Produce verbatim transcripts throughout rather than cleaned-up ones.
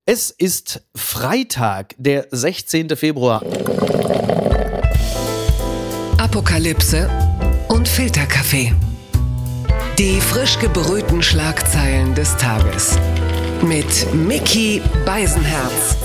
Es ist Freitag, der sechzehnten Februar. Apokalypse und Filterkaffee. Die frisch gebrühten Schlagzeilen des Tages. Mit Micky Beisenherz.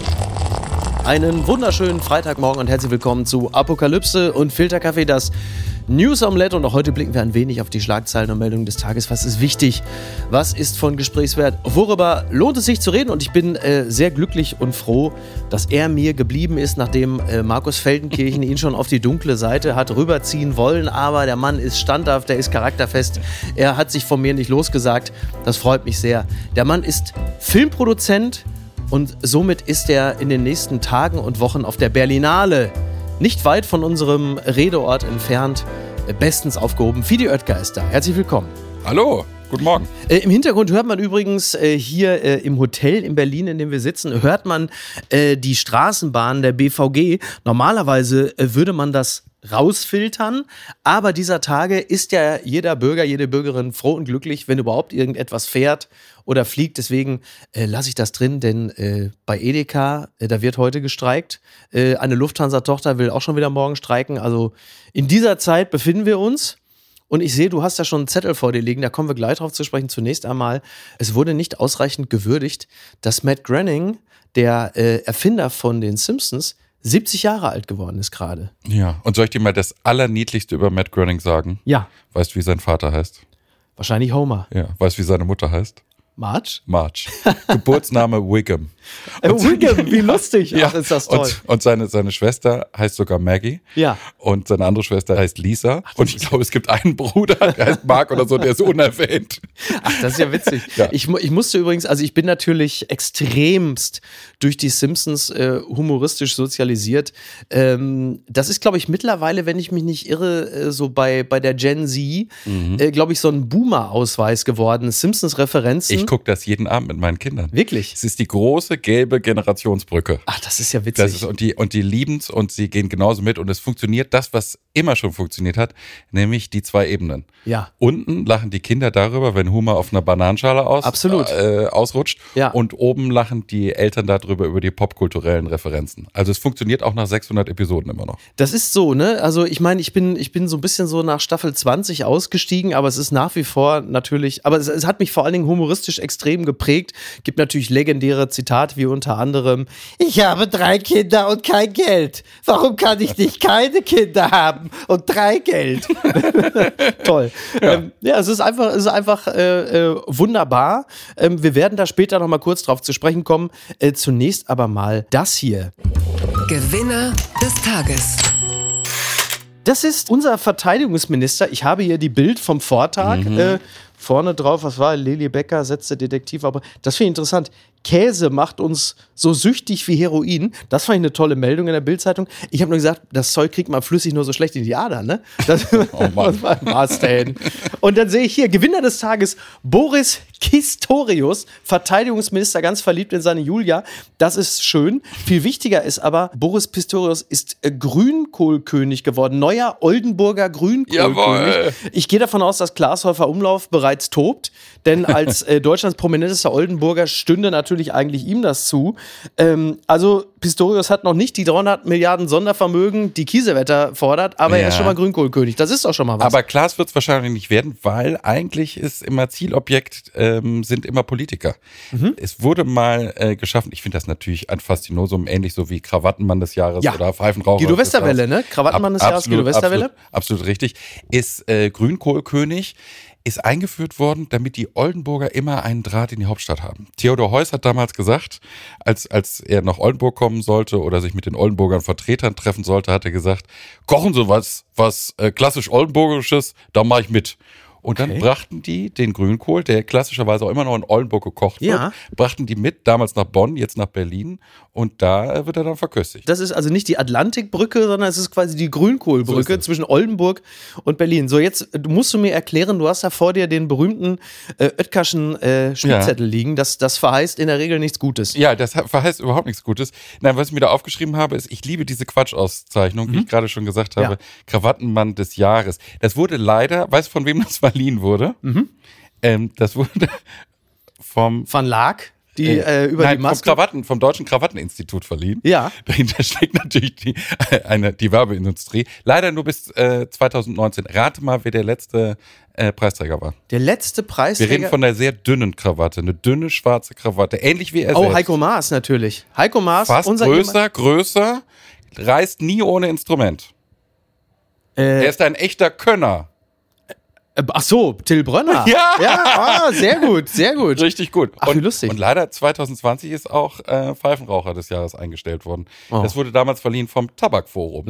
Einen wunderschönen Freitagmorgen und herzlich willkommen zu Apokalypse und Filterkaffee, das News Omelette. Und auch heute blicken wir ein wenig auf die Schlagzeilen und Meldungen des Tages. Was ist wichtig? Was ist von Gesprächswert? Worüber lohnt es sich zu reden? Und ich bin äh, sehr glücklich und froh, dass er mir geblieben ist, nachdem äh, Markus Feldenkirchen ihn schon auf die dunkle Seite hat rüberziehen wollen. Aber der Mann ist standhaft, der ist charakterfest. Er hat sich von mir nicht losgesagt. Das freut mich sehr. Der Mann ist Filmproduzent und somit ist er in den nächsten Tagen und Wochen auf der Berlinale, nicht weit von unserem Redeort entfernt, bestens aufgehoben. Fidi Oetker ist da. Herzlich willkommen. Hallo, guten Morgen. Äh, Im Hintergrund hört man übrigens äh, hier äh, im Hotel in Berlin, in dem wir sitzen, hört man äh, die Straßenbahn der B V G. Normalerweise äh, würde man das rausfiltern, aber dieser Tage ist ja jeder Bürger, jede Bürgerin froh und glücklich, wenn überhaupt irgendetwas fährt oder fliegt. Deswegen äh, lasse ich das drin, denn äh, bei Edeka, äh, da wird heute gestreikt. Äh, eine Lufthansa-Tochter will auch schon wieder morgen streiken. Also in dieser Zeit befinden wir uns. Und ich sehe, du hast da schon einen Zettel vor dir liegen, da kommen wir gleich drauf zu sprechen. Zunächst einmal, es wurde nicht ausreichend gewürdigt, dass Matt Groening, der äh, Erfinder von den Simpsons, siebzig Jahre alt geworden ist gerade. Ja, und soll ich dir mal das Allerniedlichste über Matt Groening sagen? Ja. Weißt du, wie sein Vater heißt? Wahrscheinlich Homer. Ja. Weißt du, wie seine Mutter heißt? Marge? Marge. Geburtsname Wiggum. Äh, Wiggum, wie lustig. Ja, Ach, ist das toll. Und, und seine, seine Schwester heißt sogar Maggie. Ja. Und seine andere Schwester heißt Lisa. Ach, und ich glaube, es gibt einen Bruder, der heißt Mark oder so, der ist unerwähnt. Ach, das ist ja witzig. Ja. Ich, ich musste übrigens, also ich bin natürlich extremst durch die Simpsons äh, humoristisch sozialisiert. Ähm, das ist, glaube ich, mittlerweile, wenn ich mich nicht irre, äh, so bei, bei der Gen Z, mhm. äh, glaube ich, so ein Boomer-Ausweis geworden. Simpsons-Referenzen. Ich gucke das jeden Abend mit meinen Kindern. Wirklich? Es ist die große gelbe Generationsbrücke. Ach, das ist ja witzig. Das ist, und die, und die lieben es und sie gehen genauso mit und es funktioniert das, was immer schon funktioniert hat, nämlich die zwei Ebenen. Ja. Unten lachen die Kinder darüber, wenn Homer auf einer Bananenschale aus, Absolut. Äh, ausrutscht. Ja. Und oben lachen die Eltern darüber, über die popkulturellen Referenzen. Also es funktioniert auch nach sechshundert Episoden immer noch. Das ist so, ne? Also ich meine, ich bin, ich bin so ein bisschen so nach Staffel zwanzig ausgestiegen, aber es ist nach wie vor natürlich, aber es, es hat mich vor allen Dingen humoristisch extrem geprägt. Gibt natürlich legendäre Zitate wie unter anderem: Ich habe drei Kinder und kein Geld. Warum kann ich nicht keine Kinder haben und drei Geld? Toll. Ja. Ähm, ja, es ist einfach, es ist einfach äh, äh, wunderbar. Ähm, wir werden da später noch mal kurz drauf zu sprechen kommen. Äh, zunächst aber mal das hier. Gewinner des Tages. Das ist unser Verteidigungsminister. Ich habe hier die Bild vom Vortag. Mhm. Äh, vorne drauf, was war? Lili Becker setzte Detektiv. Aber das finde ich interessant. Käse macht uns so süchtig wie Heroin. Das fand ich eine tolle Meldung in der Bild-Zeitung. Ich habe nur gesagt, das Zeug kriegt man flüssig nur so schlecht in die Adern, ne? Das, oh Mann. Was war's denn? Und dann sehe ich hier, Gewinner des Tages, Boris Pistorius, Verteidigungsminister, ganz verliebt in seine Julia. Das ist schön. Viel wichtiger ist aber, Boris Pistorius ist äh, Grünkohlkönig geworden. Neuer Oldenburger Grünkohlkönig. Jawohl. Ich gehe davon aus, dass Glashäufer Umlauf bereits tobt, denn als äh, Deutschlands prominentester Oldenburger stünde natürlich eigentlich ihm das zu. Ähm, also Pistorius hat noch nicht die dreihundert Milliarden Sondervermögen, die Kiesewetter fordert, aber ja. er ist schon mal Grünkohlkönig. Das ist doch schon mal was. Aber Klaas wird es wahrscheinlich nicht werden, weil eigentlich ist immer Zielobjekt, ähm, sind immer Politiker. Mhm. Es wurde mal äh, geschaffen, ich finde das natürlich ein Faszinosum, ähnlich so wie Krawattenmann des Jahres ja. oder Pfeifenraucher. Guido Westerwelle, ne? Krawattenmann des Ab, Jahres, absolut, Guido Westerwelle. Absolut, absolut richtig. Ist äh, Grünkohlkönig. Ist eingeführt worden, damit die Oldenburger immer einen Draht in die Hauptstadt haben. Theodor Heuss hat damals gesagt, als, als er nach Oldenburg kommen sollte oder sich mit den Oldenburgern Vertretern treffen sollte, hat er gesagt, kochen Sie was, was äh, klassisch Oldenburgisches, da mache ich mit. Und dann okay. brachten die den Grünkohl, der klassischerweise auch immer noch in Oldenburg gekocht wird, ja. brachten die mit, damals nach Bonn, jetzt nach Berlin und da wird er dann verköstigt. Das ist also nicht die Atlantikbrücke, sondern es ist quasi die Grünkohlbrücke so zwischen Oldenburg und Berlin. So, jetzt musst du mir erklären, du hast da vor dir den berühmten äh, Oetkerschen äh, Spielzettel ja. liegen. Das, das verheißt in der Regel nichts Gutes. Ja, das verheißt überhaupt nichts Gutes. Nein, was ich mir da aufgeschrieben habe, ist, ich liebe diese Quatschauszeichnung, mhm. wie ich gerade schon gesagt habe, ja. Krawattenmann des Jahres. Das wurde leider, weißt du, von wem das verliehen wurde? Mhm. Ähm, das wurde vom Van Laak? die äh, über Nein, die Maske... vom Krawatten, vom Deutschen Krawatteninstitut verliehen. Ja. Dahinter steckt natürlich die, eine, die Werbeindustrie. Leider nur bis äh, zwanzig neunzehn. Rate mal, wer der letzte äh, Preisträger war. Der letzte Preisträger... Wir reden von einer sehr dünnen Krawatte, eine dünne schwarze Krawatte, ähnlich wie er Oh, selbst. Heiko Maas natürlich. Heiko Maas, Fast unser größer, größer, reist nie ohne Instrument. Äh, er ist ein echter Könner. Ach so, Till Brönner. Ja. Ja, ah, sehr gut, sehr gut. Richtig gut. Ach, und, wie lustig. Und leider zwanzig zwanzig ist auch äh, Pfeifenraucher des Jahres eingestellt worden. Oh. Das wurde damals verliehen vom Tabakforum.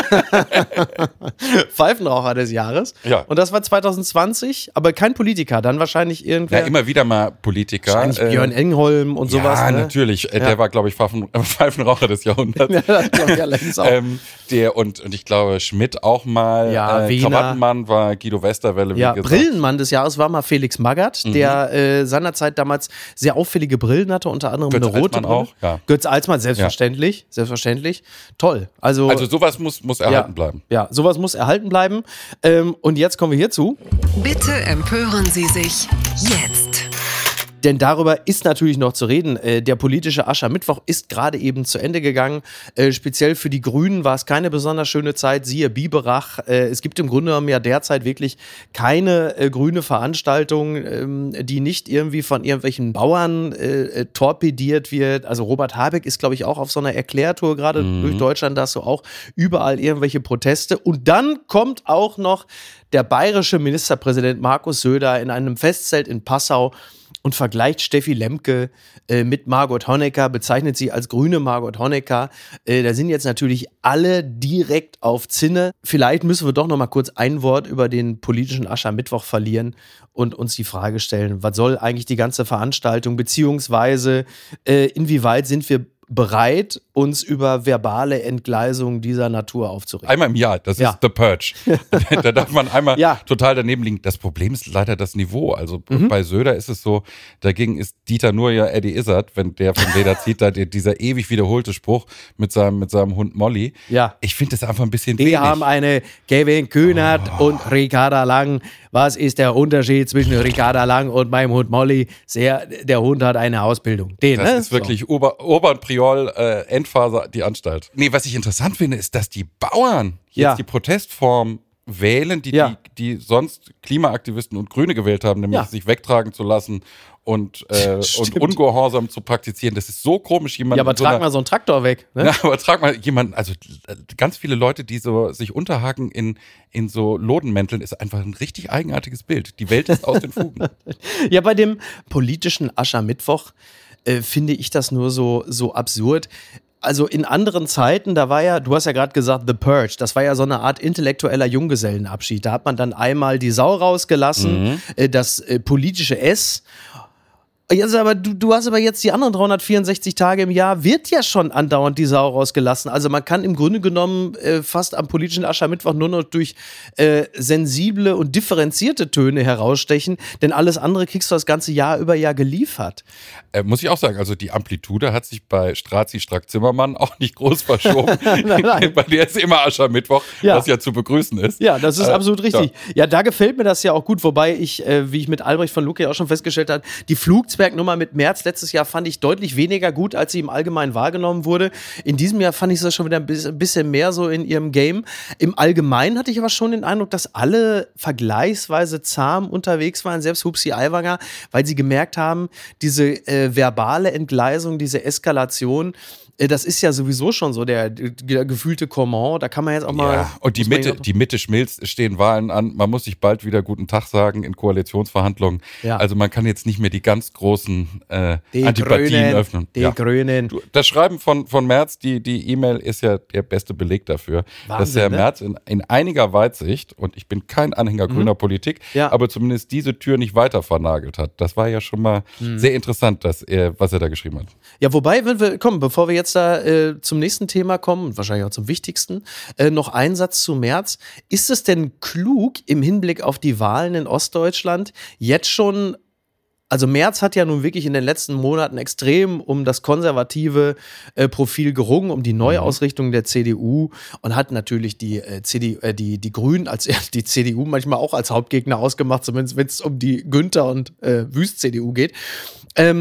Pfeifenraucher des Jahres. Ja. Und das war zwanzig zwanzig, aber kein Politiker, dann wahrscheinlich irgendwer. Ja, immer wieder mal Politiker. Wahrscheinlich äh, Björn Engholm und sowas. Ja, ne? natürlich. Äh, Ja. Der war, glaube ich, Pfeifen, äh, Pfeifenraucher des Jahrhunderts. Ja, das glaube ich allerdings auch. ähm, der und, und ich glaube, Schmidt auch mal. Ja, äh, Wiener. Krawattenmann war Guido Westerwelle, wie Ja, gesagt. Brillenmann des Jahres war mal Felix Magath, Mhm. der äh, seinerzeit damals sehr auffällige Brillen hatte, unter anderem Götz eine rote Altmann Brille. auch, ja. Götz Altmann, selbstverständlich, selbstverständlich. Toll. Also, Also sowas muss, muss erhalten ja, bleiben. Ja, sowas muss erhalten bleiben. Ähm, und jetzt kommen wir hierzu. Bitte empören Sie sich jetzt. Denn darüber ist natürlich noch zu reden. Äh, der politische Aschermittwoch ist gerade eben zu Ende gegangen. Äh, speziell für die Grünen war es keine besonders schöne Zeit. Siehe Biberach. Äh, es gibt im Grunde genommen ja derzeit wirklich keine äh, grüne Veranstaltung, ähm, die nicht irgendwie von irgendwelchen Bauern äh, torpediert wird. Also Robert Habeck ist, glaube ich, auch auf so einer Erklärtour gerade Mhm. durch Deutschland. Da hast du auch überall irgendwelche Proteste. Und dann kommt auch noch der bayerische Ministerpräsident Markus Söder in einem Festzelt in Passau und vergleicht Steffi Lemke äh, mit Margot Honecker, bezeichnet sie als grüne Margot Honecker. Äh, da sind jetzt natürlich alle direkt auf Zinne. Vielleicht müssen wir doch noch mal kurz ein Wort über den politischen Aschermittwoch verlieren und uns die Frage stellen, was soll eigentlich die ganze Veranstaltung, beziehungsweise äh, inwieweit sind wir bereit, uns über verbale Entgleisungen dieser Natur aufzuregen. Einmal im Jahr, das Ja. ist The Purge. Da darf man einmal Ja. total daneben liegen. Das Problem ist leider das Niveau. Also Mhm. bei Söder ist es so, dagegen ist Dieter nur ja Eddie Izzard, wenn der vom Leder zieht, da der- dieser ewig wiederholte Spruch mit seinem, mit seinem Hund Molly. Ja. Ich finde das einfach ein bisschen Wir wenig. haben eine Kevin Kühnert Oh. und Ricarda Lang. Was ist der Unterschied zwischen Ricarda Lang und meinem Hund Molly? Sehr, der Hund hat eine Ausbildung. Den, Das ne? ist wirklich Ober, Urban Priol, äh, Endphase, die Anstalt. Nee, was ich interessant finde, ist, dass die Bauern jetzt Ja. die Protestform wählen, die, Ja. die, die sonst Klimaaktivisten und Grüne gewählt haben, nämlich Ja. sich wegtragen zu lassen und, äh, und Stimmt. Ungehorsam zu praktizieren. Das ist so komisch, jemand. Ja, aber in so trag einer- mal so einen Traktor weg. Ne? Ja, aber trag mal jemanden, also äh, ganz viele Leute, die so sich unterhaken in, in so Lodenmänteln, ist einfach ein richtig eigenartiges Bild. Die Welt ist aus den Fugen. Ja, bei dem politischen Aschermittwoch äh, finde ich das nur so, so absurd. Also in anderen Zeiten, da war ja, du hast ja gerade gesagt, The Purge, das war ja so eine Art intellektueller Junggesellenabschied. Da hat man dann einmal die Sau rausgelassen, äh, das äh, politische S. Jetzt aber, du, du hast aber jetzt die anderen dreihundertvierundsechzig Tage im Jahr, wird ja schon andauernd die Sau rausgelassen. Also man kann im Grunde genommen äh, fast am politischen Aschermittwoch nur noch durch äh, sensible und differenzierte Töne herausstechen, denn alles andere kriegst du das ganze Jahr über ja geliefert. Äh, muss ich auch sagen, also die Amplitude hat sich bei Strazi Strack-Zimmermann auch nicht groß verschoben. nein. Bei der ist immer Aschermittwoch, Ja. was ja zu begrüßen ist. Ja, das ist Äh, absolut richtig. Ja. da gefällt mir das ja auch gut, wobei ich, äh, wie ich mit Albrecht von Lucke auch schon festgestellt habe, die Flugzwergnummer mit Merz letztes Jahr fand ich deutlich weniger gut, als sie im Allgemeinen wahrgenommen wurde. In diesem Jahr fand ich das schon wieder ein bis- ein bisschen mehr so in ihrem Game. Im Allgemeinen hatte ich aber schon den Eindruck, dass alle vergleichsweise zahm unterwegs waren, selbst Hupsi Aiwanger, weil sie gemerkt haben, diese äh, verbale Entgleisung, diese Eskalation, äh, das ist ja sowieso schon so der, der gefühlte Comment. Da kann man jetzt auch mal. Ja, und die muss man Mitte, jetzt auch- die Mitte schmilzt, es stehen Wahlen an. Man muss sich bald wieder guten Tag sagen in Koalitionsverhandlungen. Ja. Also man kann jetzt nicht mehr die ganz großen äh, Die Antipathien Grünen, öffnen. die Ja. Grünen. Du, das Schreiben von, von Merz, die die E-Mail ist ja der beste Beleg dafür, dass Wahnsinn, der ne? Merz in, in einiger Weitsicht, und ich bin kein Anhänger grüner Politik, Mhm. Ja. aber zumindest diese Tür nicht weiter vernagelt hat. Das war ja schon mal Mhm. sehr interessant, dass er, was er da geschrieben hat. Ja, wobei, wenn wir, komm, bevor wir jetzt da äh, zum nächsten Thema kommen, und wahrscheinlich auch zum wichtigsten, äh, noch ein Satz zu Merz. Ist es denn klug im Hinblick auf die Wahlen in Ostdeutschland jetzt schon, also Merz hat ja nun wirklich in den letzten Monaten extrem um das konservative äh, Profil gerungen, um die Neuausrichtung der C D U und hat natürlich die, äh, C D U, äh, die, die Grünen, als die C D U manchmal auch als Hauptgegner ausgemacht, zumindest wenn es um die Günther und äh, Wüst-C D U geht. Ähm,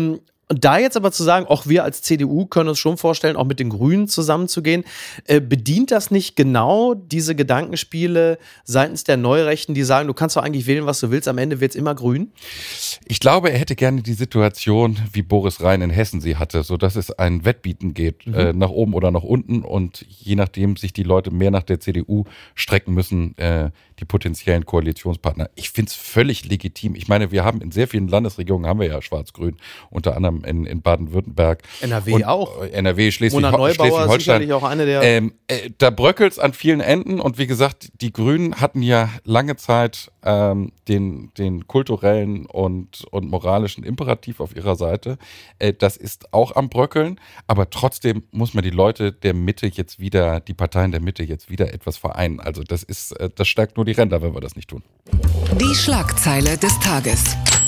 Und da jetzt aber zu sagen, auch wir als C D U können uns schon vorstellen, auch mit den Grünen zusammenzugehen, äh, bedient das nicht genau diese Gedankenspiele seitens der Neurechten, die sagen, du kannst doch eigentlich wählen, was du willst, am Ende wird es immer grün? Ich glaube, er hätte gerne die Situation, wie Boris Rhein in Hessen sie hatte, so dass es ein Wettbieten geht, mhm. äh, nach oben oder nach unten und je nachdem sich die Leute mehr nach der C D U strecken müssen, äh, die potenziellen Koalitionspartner. Ich finde es völlig legitim. Ich meine, wir haben in sehr vielen Landesregierungen haben wir ja Schwarz-Grün, unter anderem in, in Baden-Württemberg. N R W und, auch. N R W, Schleswig, Monat Neubauer, Schleswig-Holstein. Sicherlich auch eine der... Ähm, äh, da bröckelt's an vielen Enden und wie gesagt, die Grünen hatten ja lange Zeit ähm, den, den kulturellen und, und moralischen Imperativ auf ihrer Seite. Äh, das ist auch am Bröckeln, aber trotzdem muss man die Leute der Mitte jetzt wieder, die Parteien der Mitte jetzt wieder etwas vereinen. Also das ist, äh, das stärkt nur die Ränder, wenn wir das nicht tun. Die Schlagzeile des Tages.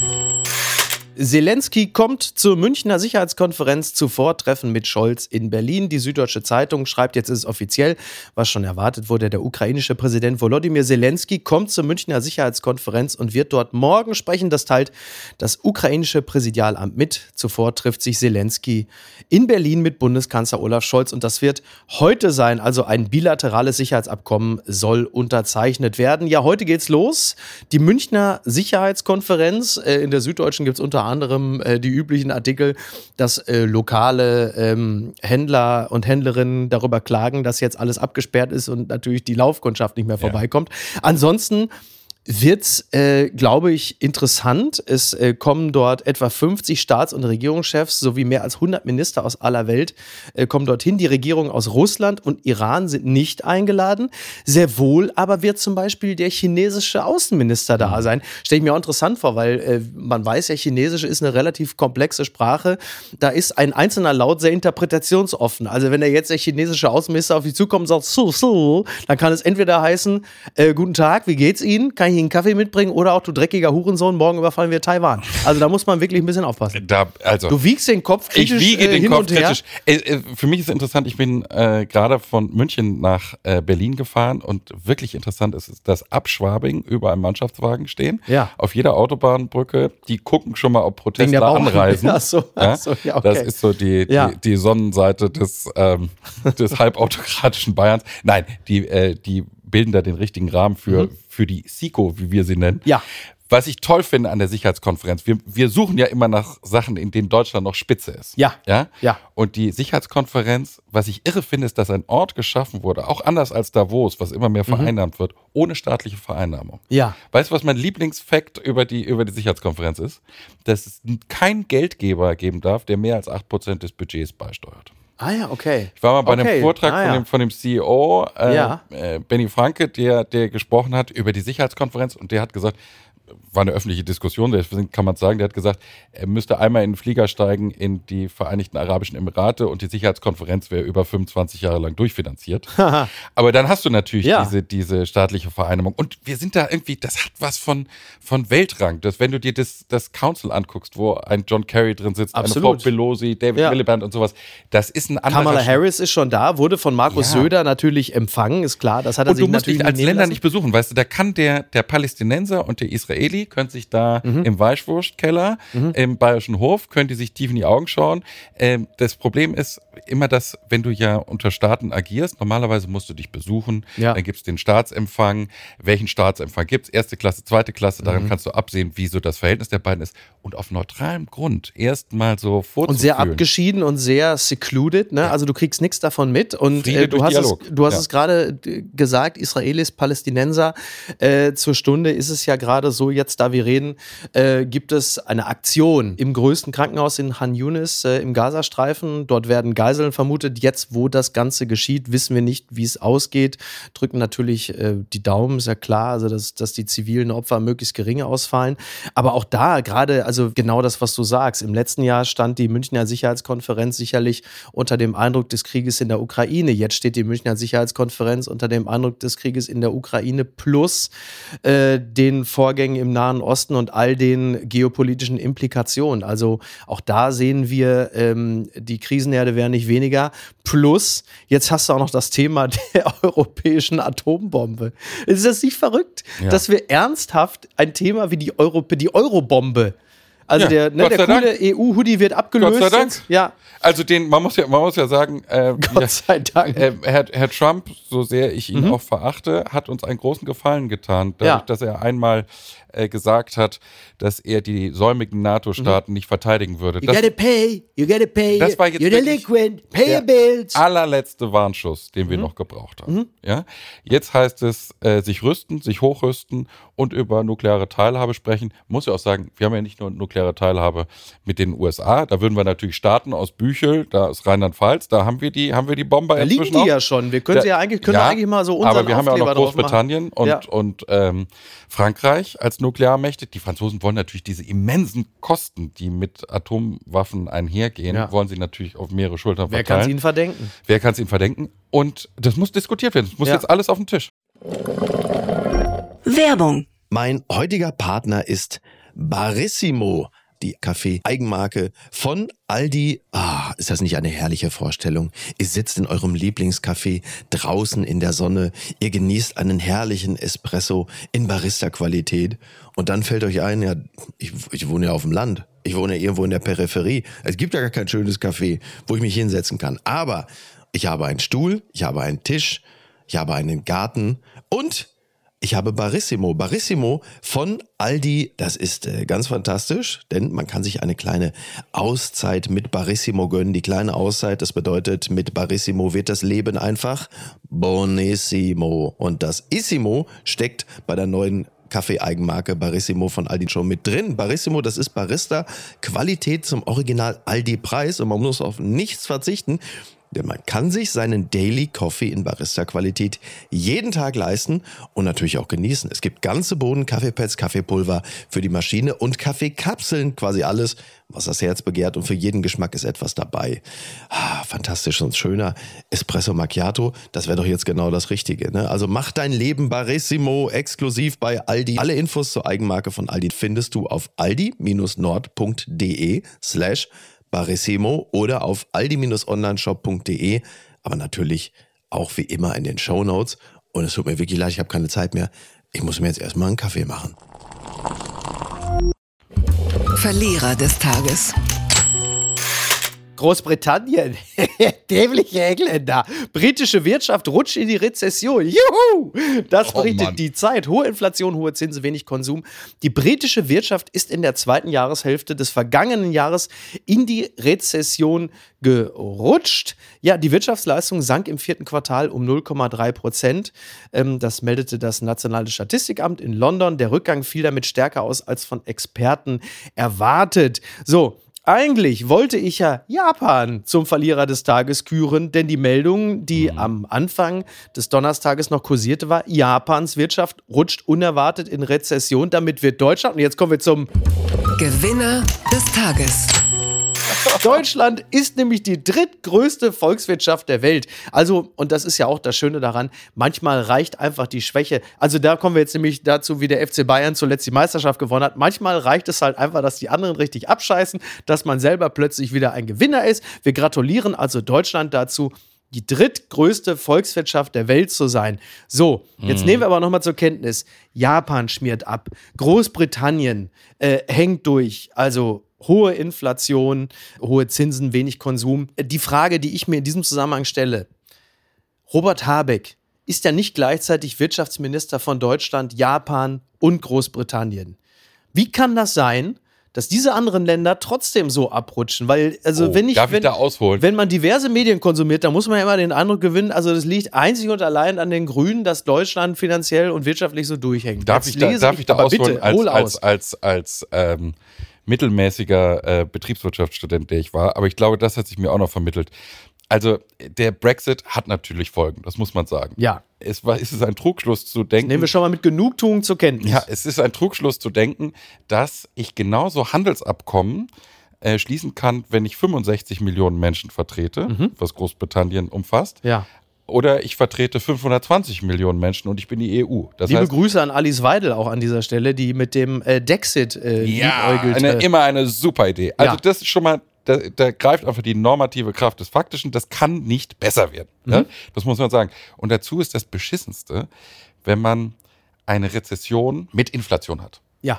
Zelensky kommt zur Münchner Sicherheitskonferenz, zuvor Treffen mit Scholz in Berlin. Die Süddeutsche Zeitung schreibt, jetzt ist es offiziell, was schon erwartet wurde, der ukrainische Präsident Volodymyr Zelensky kommt zur Münchner Sicherheitskonferenz und wird dort morgen sprechen. Das teilt das ukrainische Präsidialamt mit. Zuvor trifft sich Zelensky in Berlin mit Bundeskanzler Olaf Scholz und das wird heute sein. Also ein bilaterales Sicherheitsabkommen soll unterzeichnet werden. Ja, heute geht's los. Die Münchner Sicherheitskonferenz. In der Süddeutschen gibt es unter anderem äh, die üblichen Artikel, dass äh, lokale ähm, Händler und Händlerinnen darüber klagen, dass jetzt alles abgesperrt ist und natürlich die Laufkundschaft nicht mehr vorbeikommt. Ja. Ansonsten wird's, äh, glaube ich, interessant. Es äh, kommen dort etwa fünfzig Staats- und Regierungschefs sowie mehr als hundert Minister aus aller Welt äh, kommen dorthin. Die Regierungen aus Russland und Iran sind nicht eingeladen. Sehr wohl aber wird zum Beispiel der chinesische Außenminister da sein. Stelle ich mir auch interessant vor, weil äh, man weiß ja, Chinesisch ist eine relativ komplexe Sprache. Da ist ein einzelner Laut sehr interpretationsoffen. Also wenn da jetzt der chinesische Außenminister auf dich zukommt und sagt, so, so, dann kann es entweder heißen, äh, guten Tag, wie geht's Ihnen? Kann ich Ihnen einen Kaffee mitbringen oder auch, du dreckiger Hurensohn, morgen überfallen wir Taiwan. Also da muss man wirklich ein bisschen aufpassen. Da, also, du wiegst den Kopf kritisch. Ich wiege äh, den hin Kopf und her. kritisch. Äh, äh, für mich ist interessant, ich bin äh, gerade von München nach äh, Berlin gefahren und wirklich interessant ist, dass ab Schwabing überall Mannschaftswagen stehen. Ja. Auf jeder Autobahnbrücke. Die gucken schon mal, ob Protestler anreisen. Ach so, ach so, ja, okay. Das ist so die, die, ja. die Sonnenseite des, ähm, des halbautokratischen Bayerns. Nein, die, äh, die bilden da den richtigen Rahmen für, mhm. für die SIKO, wie wir sie nennen. Ja. Was ich toll finde an der Sicherheitskonferenz, wir, wir suchen ja immer nach Sachen, in denen Deutschland noch Spitze ist. Ja. Ja. Ja. Und die Sicherheitskonferenz, was ich irre finde, ist, dass ein Ort geschaffen wurde, auch anders als Davos, was immer mehr vereinnahmt mhm. wird, ohne staatliche Vereinnahmung. Ja. Weißt du, was mein Lieblingsfakt über die, über die Sicherheitskonferenz ist? Dass es keinen Geldgeber geben darf, der mehr als acht Prozent des Budgets beisteuert. Ah ja, okay. Ich war mal bei okay. einem Vortrag ah, von, ja. dem, von dem C E O, äh, ja. äh, Benny Franke, der, der gesprochen hat über die Sicherheitskonferenz und der hat gesagt, war eine öffentliche Diskussion, deswegen kann man sagen, der hat gesagt, er müsste einmal in den Flieger steigen in die Vereinigten Arabischen Emirate und die Sicherheitskonferenz wäre über fünfundzwanzig Jahre lang durchfinanziert. Aber dann hast du natürlich ja. diese, diese staatliche Vereinnahmung. Und wir sind da irgendwie, das hat was von, von Weltrang. Das, wenn du dir das, das Council anguckst, wo ein John Kerry drin sitzt, Absolut. eine Frau Pelosi, David ja. Miliband und sowas, das ist ein anderer... Kamala Harris ist schon da, wurde von Markus ja. Söder natürlich empfangen, ist klar. Das hat er und sich du musst natürlich dich als nicht Länder lassen. nicht besuchen, weißt du, da kann der, der Palästinenser und der Israeli können sich da mhm. im Weißwurstkeller, mhm. im Bayerischen Hof, können die sich tief in die Augen schauen. Ähm, das Problem ist immer, dass, wenn du ja unter Staaten agierst, normalerweise musst du dich besuchen, ja. dann gibt es den Staatsempfang. Welchen Staatsempfang gibt es? Erste Klasse, zweite Klasse, daran mhm. kannst du absehen, wie so das Verhältnis der beiden ist. Und auf neutralem Grund erstmal so vorzuführen. Und sehr abgeschieden und sehr secluded, ne? Ja. Also du kriegst nichts davon mit. Und äh, du, hast es, du hast ja. es gerade gesagt, Israelis, Palästinenser, äh, zur Stunde ist es ja gerade so, jetzt da wir reden, äh, gibt es eine Aktion im größten Krankenhaus in Khan Yunis äh, im Gazastreifen. Dort werden Geiseln vermutet. Jetzt, wo das Ganze geschieht, wissen wir nicht, wie es ausgeht. Drücken natürlich äh, die Daumen, ist ja klar, also dass, dass die zivilen Opfer möglichst geringe ausfallen. Aber auch da gerade, also genau das, was du sagst. Im letzten Jahr stand die Münchner Sicherheitskonferenz sicherlich unter dem Eindruck des Krieges in der Ukraine. Jetzt steht die Münchner Sicherheitskonferenz unter dem Eindruck des Krieges in der Ukraine plus äh, den Vorgängen im Nahen Osten und all den geopolitischen Implikationen. Also auch da sehen wir, ähm, die Krisenherde werden nicht weniger. Plus, jetzt hast du auch noch das Thema der europäischen Atombombe. Ist das nicht verrückt, ja. dass wir ernsthaft ein Thema wie die, Euro- die Eurobombe Also Ja, der, ne, Gott der sei coole Dank. E U-Hoodie wird abgelöst. Gott sei Dank. Jetzt. Ja, Also den, man muss ja, man muss ja sagen, äh, Gott ja, sei Dank. äh, Herr, Herr Trump, so sehr ich ihn Mhm. auch verachte, hat uns einen großen Gefallen getan, dadurch, Ja. dass er einmal äh, gesagt hat, dass er die säumigen NATO-Staaten nicht verteidigen würde. You Das gotta pay, you gotta pay, Das war jetzt you're wirklich delinquent, pay der your bills. allerletzte Warnschuss, den wir noch gebraucht haben. Ja? Jetzt heißt es, äh, sich rüsten, sich hochrüsten und über nukleare Teilhabe sprechen. Muss ja auch sagen, wir haben ja nicht nur nukleare Teilhabe mit den U S A, da würden wir natürlich starten aus Büchel, da aus Rheinland-Pfalz, da haben wir die, haben wir die Bomber Da liegen inzwischen die auch. ja schon. Wir können sie ja eigentlich, können Ja, eigentlich mal so unseren aber wir haben ja auch noch Aufkleber drauf machen. Großbritannien und, Ja. und ähm, Frankreich als Nuklearmächte. Die Franzosen wollen natürlich diese immensen Kosten, die mit Atomwaffen einhergehen, Ja. wollen sie natürlich auf mehrere Schultern Wer verteilen. kann es ihnen verdenken? Wer kann es ihm verdenken? Und das muss diskutiert werden. Das muss Ja. jetzt alles auf den Tisch. Werbung. Mein heutiger Partner ist Barissimo, die Kaffee-Eigenmarke von Aldi. Ah, ist das nicht eine herrliche Vorstellung? Ihr sitzt in eurem Lieblingscafé draußen in der Sonne, ihr genießt einen herrlichen Espresso in Barista-Qualität und dann fällt euch ein, ja, ich, ich wohne ja auf dem Land. Ich wohne ja irgendwo in der Peripherie. Es gibt ja gar kein schönes Café, wo ich mich hinsetzen kann. Aber ich habe einen Stuhl, ich habe einen Tisch, ich habe einen Garten und ich habe Barissimo. Barissimo von Aldi, das ist äh, ganz fantastisch, denn man kann sich eine kleine Auszeit mit Barissimo gönnen. Die kleine Auszeit, das bedeutet, mit Barissimo wird das Leben einfach bonissimo. Und das Issimo steckt bei der neuen Kaffee-Eigenmarke Barissimo von Aldi schon mit drin. Barissimo, das ist Barista, Qualität zum Original Aldi-Preis und man muss auf nichts verzichten. Denn man kann sich seinen Daily Coffee in Barista-Qualität jeden Tag leisten und natürlich auch genießen. Es gibt ganze Bohnen, Kaffeepads, Kaffeepulver für die Maschine und Kaffeekapseln, quasi alles, was das Herz begehrt und für jeden Geschmack ist etwas dabei. Ah, fantastisch und schöner Espresso Macchiato, das wäre doch jetzt genau das Richtige, ne? Also mach dein Leben Barissimo exklusiv bei Aldi. Alle Infos zur Eigenmarke von Aldi findest du auf aldi-nord.de slash Barissimo oder auf aldi-onlineshop punkt de, aber natürlich auch wie immer in den Shownotes. Und es tut mir wirklich leid, ich habe keine Zeit mehr. Ich muss mir jetzt erstmal einen Kaffee machen. Verlierer des Tages. Großbritannien, dämliche Engländer. Britische Wirtschaft rutscht in die Rezession. Juhu! Das Oh, berichtet Mann. die Zeit. Hohe Inflation, hohe Zinsen, wenig Konsum. Die britische Wirtschaft ist in der zweiten Jahreshälfte des vergangenen Jahres in die Rezession gerutscht. Ja, die Wirtschaftsleistung sank im vierten Quartal um null Komma drei Prozent. Ähm, das meldete das Nationale Statistikamt in London. Der Rückgang fiel damit stärker aus als von Experten erwartet. So. Eigentlich wollte ich ja Japan zum Verlierer des Tages küren, denn die Meldung, die mhm. am Anfang des Donnerstages noch kursierte, war, Japans Wirtschaft rutscht unerwartet in Rezession. Damit wird Deutschland, und jetzt kommen wir zum Gewinner des Tages. Deutschland ist nämlich die drittgrößte Volkswirtschaft der Welt. Also, und das ist ja auch das Schöne daran, manchmal reicht einfach die Schwäche. Also da kommen wir jetzt nämlich dazu, wie der F C Bayern zuletzt die Meisterschaft gewonnen hat. Manchmal reicht es halt einfach, dass die anderen richtig abscheißen, dass man selber plötzlich wieder ein Gewinner ist. Wir gratulieren also Deutschland dazu, die drittgrößte Volkswirtschaft der Welt zu sein. So, jetzt mhm. nehmen wir aber nochmal zur Kenntnis. Japan schmiert ab. Großbritannien äh, hängt durch. Also hohe Inflation, hohe Zinsen, wenig Konsum. Die Frage, die ich mir in diesem Zusammenhang stelle: Robert Habeck ist ja nicht gleichzeitig Wirtschaftsminister von Deutschland, Japan und Großbritannien. Wie kann das sein, dass diese anderen Länder trotzdem so abrutschen? Weil, also, Oh, wenn ich, darf ich wenn, da ausholen? wenn man diverse Medien konsumiert, dann muss man ja immer den Eindruck gewinnen, also das liegt einzig und allein an den Grünen, dass Deutschland finanziell und wirtschaftlich so durchhängt. Darf Jetzt ich da, lese darf ich da aber ausholen, bitte, als, hol als, aus. als, als, ähm, mittelmäßiger äh, Betriebswirtschaftsstudent, der ich war, aber ich glaube, das hat sich mir auch noch vermittelt. Also der Brexit hat natürlich Folgen, das muss man sagen. Ja. Es, war, es ist ein Trugschluss zu denken. Nehmen wir schon mal mit Genugtuung zur Kenntnis. Ja, es ist ein Trugschluss zu denken, dass ich genauso Handelsabkommen äh, schließen kann, wenn ich fünfundsechzig Millionen Menschen vertrete, Mhm. was Großbritannien umfasst. Ja. Oder ich vertrete fünfhundertzwanzig Millionen Menschen und ich bin die E U. Das Liebe heißt, Grüße an Alice Weidel auch an dieser Stelle, die mit dem äh, Dexit äh, ja, liebäugelte. eine, immer eine super Idee. Also Ja. das ist schon mal, da, da greift einfach die normative Kraft des Faktischen. Das kann nicht besser werden. Mhm. Ne? Das muss man sagen. Und dazu ist das Beschissenste, wenn man eine Rezession mit Inflation hat. Ja.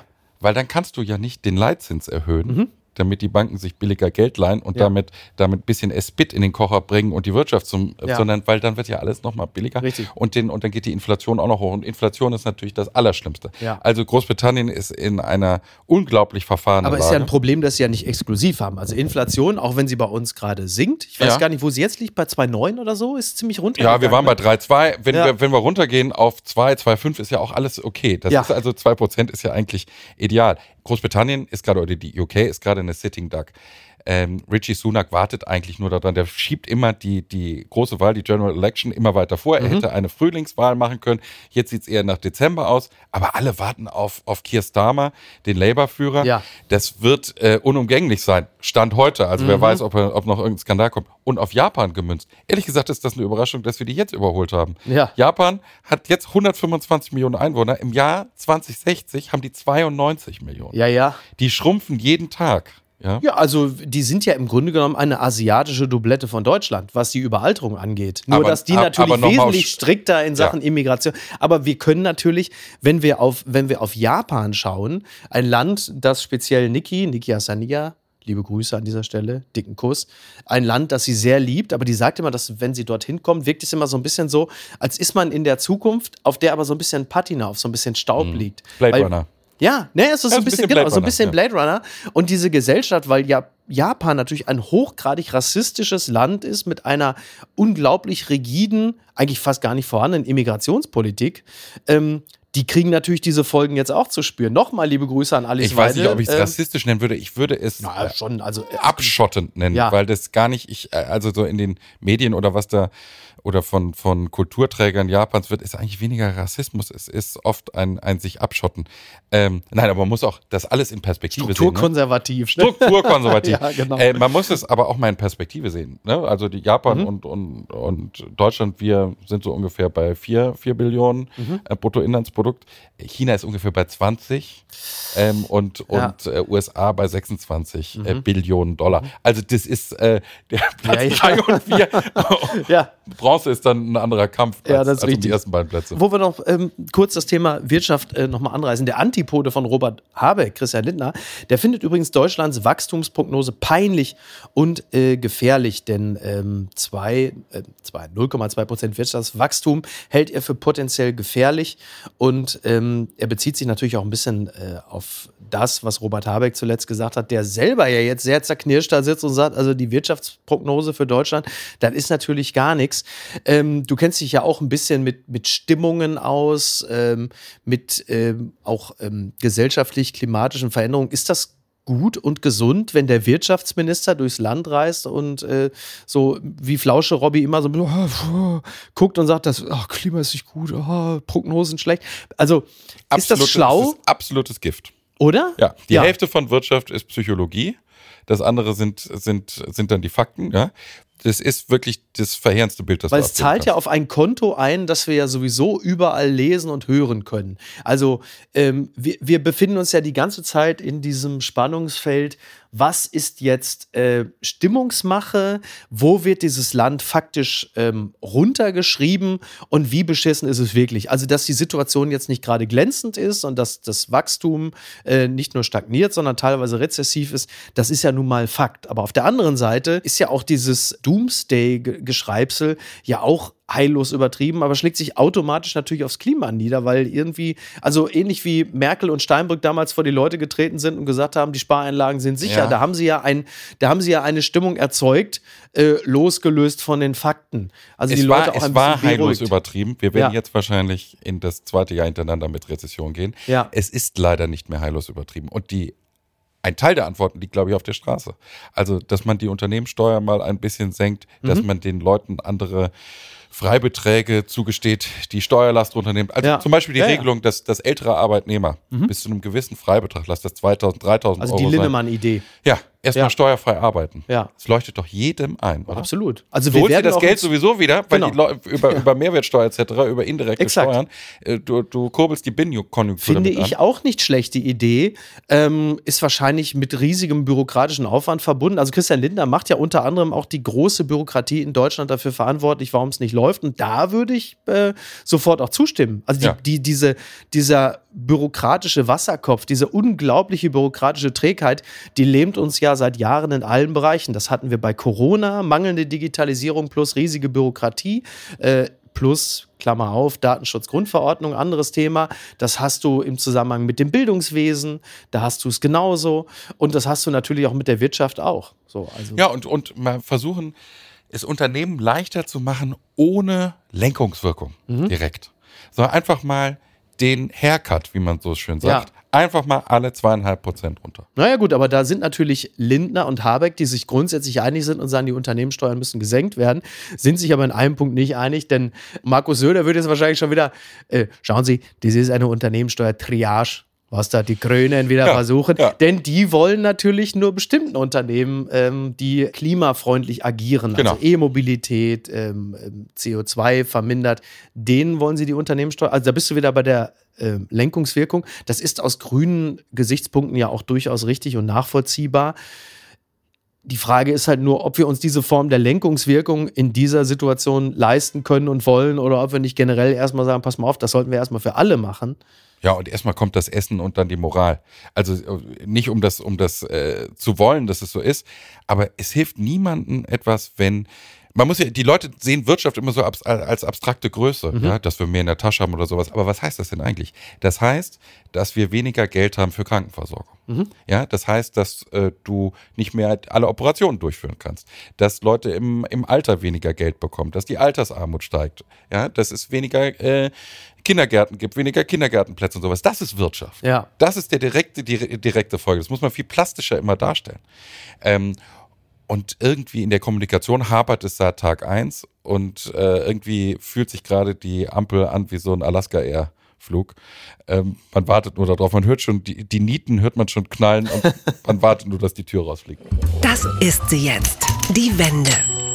weil dann kannst du ja nicht den Leitzins erhöhen, Mhm. damit die Banken sich billiger Geld leihen und Ja. damit damit ein bisschen Spit in den Kocher bringen und die Wirtschaft zum, Ja. sondern weil dann wird ja alles nochmal billiger. Richtig. Und, den, und dann geht die Inflation auch noch hoch. Und Inflation ist natürlich das Allerschlimmste. Ja. Also Großbritannien ist in einer unglaublich verfahrenen Aber es ist Lage. ja ein Problem, das sie ja nicht exklusiv haben. Also Inflation, auch wenn sie bei uns gerade sinkt, ich weiß Ja. gar nicht, wo sie jetzt liegt, bei zwei Komma neun oder so, ist ziemlich runtergegangen. Ja, wir waren bei drei Komma zwei. Wenn, Ja. wir, wenn wir runtergehen auf zwei, zwei Komma fünf, ist ja auch alles okay. Das Ja. ist also zwei Prozent ist ja eigentlich ideal. Großbritannien ist gerade, oder die U K ist gerade eine Sitting Duck. Ähm, Richie Sunak wartet eigentlich nur daran, der schiebt immer die, die große Wahl, die General Election, immer weiter vor. Er Mhm. hätte eine Frühlingswahl machen können. Jetzt sieht es eher nach Dezember aus. Aber alle warten auf, auf Keir Starmer, den Labour-Führer. Ja. Das wird äh, unumgänglich sein. Stand heute. Also Mhm. wer weiß, ob, er, ob noch irgendein Skandal kommt. Und auf Japan gemünzt. Ehrlich gesagt ist das eine Überraschung, dass wir die jetzt überholt haben. Ja. Japan hat jetzt hundertfünfundzwanzig Millionen Einwohner. Im Jahr zwanzig sechzig haben die zweiundneunzig Millionen. Ja, ja. Die schrumpfen jeden Tag. Ja. Ja, also die sind ja im Grunde genommen eine asiatische Doublette von Deutschland, was die Überalterung angeht. Nur, Aber- dass die ab- natürlich aber nochmal wesentlich sch- strikter in Sachen Ja. Immigration. Aber wir können natürlich, wenn wir auf, wenn wir auf Japan schauen, ein Land, das speziell Niki, Niki Asaniya, liebe Grüße an dieser Stelle, dicken Kuss, ein Land, das sie sehr liebt, aber die sagt immer, dass wenn sie dorthin kommt, wirkt es immer so ein bisschen so, als ist man in der Zukunft, auf der aber so ein bisschen Patina, auf so ein bisschen Staub liegt. Blade Weil- Runner. Ja, ne, es ist so Ja, ein bisschen, genau, so ein bisschen Blade Runner. Und diese Gesellschaft, weil ja Japan natürlich ein hochgradig rassistisches Land ist mit einer unglaublich rigiden, eigentlich fast gar nicht vorhandenen Immigrationspolitik, ähm, die kriegen natürlich diese Folgen jetzt auch zu spüren. Nochmal liebe Grüße an Alice Ich weiß nicht, Weidel. ob ich es Ähm, rassistisch nennen würde. Ich würde es na, schon, also äh, abschottend nennen, Ja. weil das gar nicht, ich, äh, also so in den Medien oder was da, oder von, von Kulturträgern Japans wird, ist eigentlich weniger Rassismus. Es ist oft ein, ein sich abschotten. Ähm, nein, aber man muss auch das alles in Perspektive sehen. Ne? strukturkonservativ. Strukturkonservativ. Ja, genau. äh, man muss es aber auch mal in Perspektive sehen. Ne? Also die Japan Mhm. und, und, und Deutschland, wir sind so ungefähr bei vier, vier Billionen Mhm. äh, Bruttoinlandsprodukt. China ist ungefähr bei zwanzig ähm, und, Ja. und äh, U S A bei sechsundzwanzig äh, Mhm. Billionen Dollar. Also das ist äh, der Platz Ja, ja. drei und vier. Ja. Bronze ist dann ein anderer Kampf als, Ja, das ist als um die richtig. ersten beiden Plätze. Wo wir noch ähm, kurz das Thema Wirtschaft äh, nochmal anreißen. Der Antipode von Robert Habeck, Christian Lindner, der findet übrigens Deutschlands Wachstumsprognose peinlich und äh, gefährlich, denn ähm, zwei, äh, zwei, null Komma zwei Prozent Wirtschaftswachstum hält er für potenziell gefährlich und ähm, er bezieht sich natürlich auch ein bisschen äh, auf das, was Robert Habeck zuletzt gesagt hat, der selber ja jetzt sehr zerknirscht da sitzt und sagt, also die Wirtschaftsprognose für Deutschland, das ist natürlich gar nichts. Ähm, du kennst dich ja auch ein bisschen mit, mit Stimmungen aus, ähm, mit ähm, auch ähm, gesellschaftlich-klimatischen Veränderungen. Ist das gut und gesund, wenn der Wirtschaftsminister durchs Land reist und äh, so wie Flausche Robby immer so oh, guckt und sagt, das oh, Klima ist nicht gut, oh, Prognosen schlecht. Also ist das Absolutes- schlau, Das ist absolutes Gift. oder? Ja, die Hälfte von Wirtschaft ist Psychologie. Das andere sind, sind, sind dann die Fakten. Ja? Das ist wirklich das verheerendste Bild, das Weil du es zahlt abgeben ja auf ein Konto ein, das wir ja sowieso überall lesen und hören können. Also ähm, wir, wir befinden uns ja die ganze Zeit in diesem Spannungsfeld, was ist jetzt äh, Stimmungsmache, wo wird dieses Land faktisch ähm, runtergeschrieben und wie beschissen ist es wirklich? Also dass die Situation jetzt nicht gerade glänzend ist und dass das Wachstum äh, nicht nur stagniert, sondern teilweise rezessiv ist, das ist ja nun mal Fakt. Aber auf der anderen Seite ist ja auch dieses Doomsday-Geschreibsel ja auch heillos übertrieben, aber schlägt sich automatisch natürlich aufs Klima nieder, weil irgendwie, also ähnlich wie Merkel und Steinbrück damals vor die Leute getreten sind und gesagt haben, die Spareinlagen sind sicher, Ja. da haben sie ja ein, da haben sie ja eine Stimmung erzeugt, äh, losgelöst von den Fakten. Also es die war, Leute auch es ein war bisschen heillos beruhigt. übertrieben. Wir werden Ja. jetzt wahrscheinlich in das zweite Jahr hintereinander mit Rezession gehen. Ja. Es ist leider nicht mehr heillos übertrieben. Und die ein Teil der Antworten liegt, glaube ich, auf der Straße. Also, dass man die Unternehmenssteuer mal ein bisschen senkt, dass Mhm. man den Leuten andere Freibeträge zugesteht, die Steuerlast runternimmt. Also Ja. zum Beispiel die Ja, ja. Regelung, dass, dass ältere Arbeitnehmer bis zu einem gewissen Freibetrag, lass das zweitausend, dreitausend Also Euro die sein. Linnemann-Idee. Ja, erstmal Ja. steuerfrei arbeiten. Ja. Das leuchtet doch jedem ein, oder? Absolut. Also Du wir holst dir werden das auch Geld uns- sowieso wieder, weil Genau. die Leute über, über Mehrwertsteuer et cetera, über indirekte Exakt. Steuern, äh, du, du kurbelst die Binnenkonjunktur Finde damit ich an. auch nicht schlechte Idee. Ähm, ist wahrscheinlich mit riesigem bürokratischen Aufwand verbunden. Also Christian Lindner macht ja unter anderem auch die große Bürokratie in Deutschland dafür verantwortlich, warum es nicht läuft. läuft. Und da würde ich äh, sofort auch zustimmen. Also die, Ja. die, diese, dieser bürokratische Wasserkopf, diese unglaubliche bürokratische Trägheit, die lähmt uns ja seit Jahren in allen Bereichen. Das hatten wir bei Corona, mangelnde Digitalisierung plus riesige Bürokratie, äh, plus, Klammer auf, Datenschutzgrundverordnung, anderes Thema. Das hast du im Zusammenhang mit dem Bildungswesen, da hast du es genauso. Und das hast du natürlich auch mit der Wirtschaft auch. So, also. Ja, und, und mal versuchen, es Unternehmen leichter zu machen, ohne Lenkungswirkung Mhm. direkt. Sondern einfach mal den Haircut, wie man so schön sagt, Ja. einfach mal alle zweieinhalb Prozent runter. Naja gut, aber da sind natürlich Lindner und Habeck, die sich grundsätzlich einig sind und sagen, die Unternehmenssteuern müssen gesenkt werden, sind sich aber in einem Punkt nicht einig, denn Markus Söder würde jetzt wahrscheinlich schon wieder, äh, schauen Sie, das ist eine Unternehmenssteuer-Triage, was da die Grünen wieder Ja, versuchen, ja. denn die wollen natürlich nur bestimmten Unternehmen, ähm, die klimafreundlich agieren, Genau. also E-Mobilität, ähm, ähm, C O zwei vermindert, denen wollen sie die Unternehmenssteuer, also da bist du wieder bei der äh, Lenkungswirkung. Das ist aus grünen Gesichtspunkten ja auch durchaus richtig und nachvollziehbar. Die Frage ist halt nur, ob wir uns diese Form der Lenkungswirkung in dieser Situation leisten können und wollen oder ob wir nicht generell erstmal sagen, pass mal auf, das sollten wir erstmal für alle machen. Ja, und erstmal kommt das Essen und dann die Moral. Also äh, nicht um das, um das äh, zu wollen, dass es so ist, aber es hilft niemandem etwas, wenn man muss ja, die Leute sehen Wirtschaft immer so abs, als abstrakte Größe, Mhm. ja, dass wir mehr in der Tasche haben oder sowas. Aber was heißt das denn eigentlich? Das heißt, dass wir weniger Geld haben für Krankenversorgung. Mhm. Ja, das heißt, dass äh, du nicht mehr alle Operationen durchführen kannst, dass Leute im, im Alter weniger Geld bekommen, dass die Altersarmut steigt, ja, dass es weniger äh, Kindergärten gibt, weniger Kindergartenplätze und sowas. Das ist Wirtschaft. Ja. Das ist der direkte, die direkte Folge. Das muss man viel plastischer immer darstellen. Ähm, und irgendwie in der Kommunikation hapert es seit Tag eins und äh, irgendwie fühlt sich gerade die Ampel an wie so ein Alaska-Air-Flug. Ähm, man wartet nur darauf. Man hört schon, die, die Nieten hört man schon knallen und man wartet nur, dass die Tür rausfliegt. Das ist sie jetzt. Die Wende.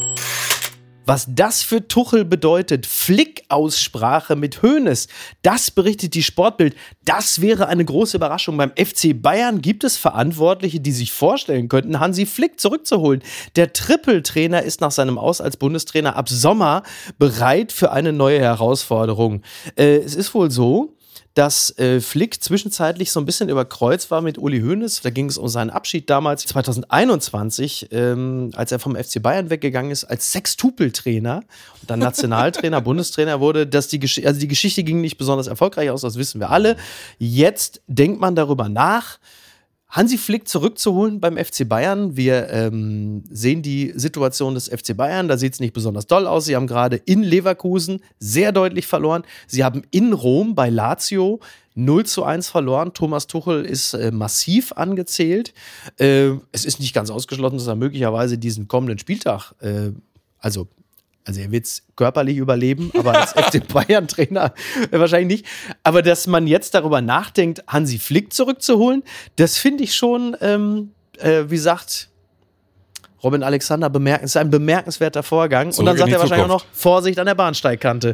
Was das für Tuchel bedeutet, Flick-Aussprache mit Hoeneß, das berichtet die Sportbild. Das wäre eine große Überraschung. Beim F C Bayern gibt es Verantwortliche, die sich vorstellen könnten, Hansi Flick zurückzuholen. Der Trippeltrainer ist nach seinem Aus als Bundestrainer ab Sommer bereit für eine neue Herausforderung. Äh, es ist wohl so, dass äh, Flick zwischenzeitlich so ein bisschen über Kreuz war mit Uli Hoeneß. Da ging es um seinen Abschied damals zwanzig einundzwanzig, ähm, als er vom F C Bayern weggegangen ist als Sextupeltrainer und dann Nationaltrainer, Bundestrainer wurde. Dass die, Gesch- also die Geschichte ging nicht besonders erfolgreich aus, das wissen wir alle. Jetzt denkt man darüber nach, Hansi Flick zurückzuholen beim F C Bayern. Wir ähm, sehen die Situation des F C Bayern, da sieht es nicht besonders doll aus. Sie haben gerade in Leverkusen sehr deutlich verloren. Sie haben in Rom bei Lazio null zu eins verloren. Thomas Tuchel ist äh, massiv angezählt. Äh, es ist nicht ganz ausgeschlossen, dass er möglicherweise diesen kommenden Spieltag, äh, also Also er wird es körperlich überleben, aber als F C Bayern-Trainer wahrscheinlich nicht. Aber dass man jetzt darüber nachdenkt, Hansi Flick zurückzuholen, das finde ich schon, ähm, äh, wie sagt Robin Alexander, bemerken, ist ein bemerkenswerter Vorgang. Zurück Und dann in sagt die er wahrscheinlich auch noch, Zukunft. Vorsicht an der Bahnsteigkante.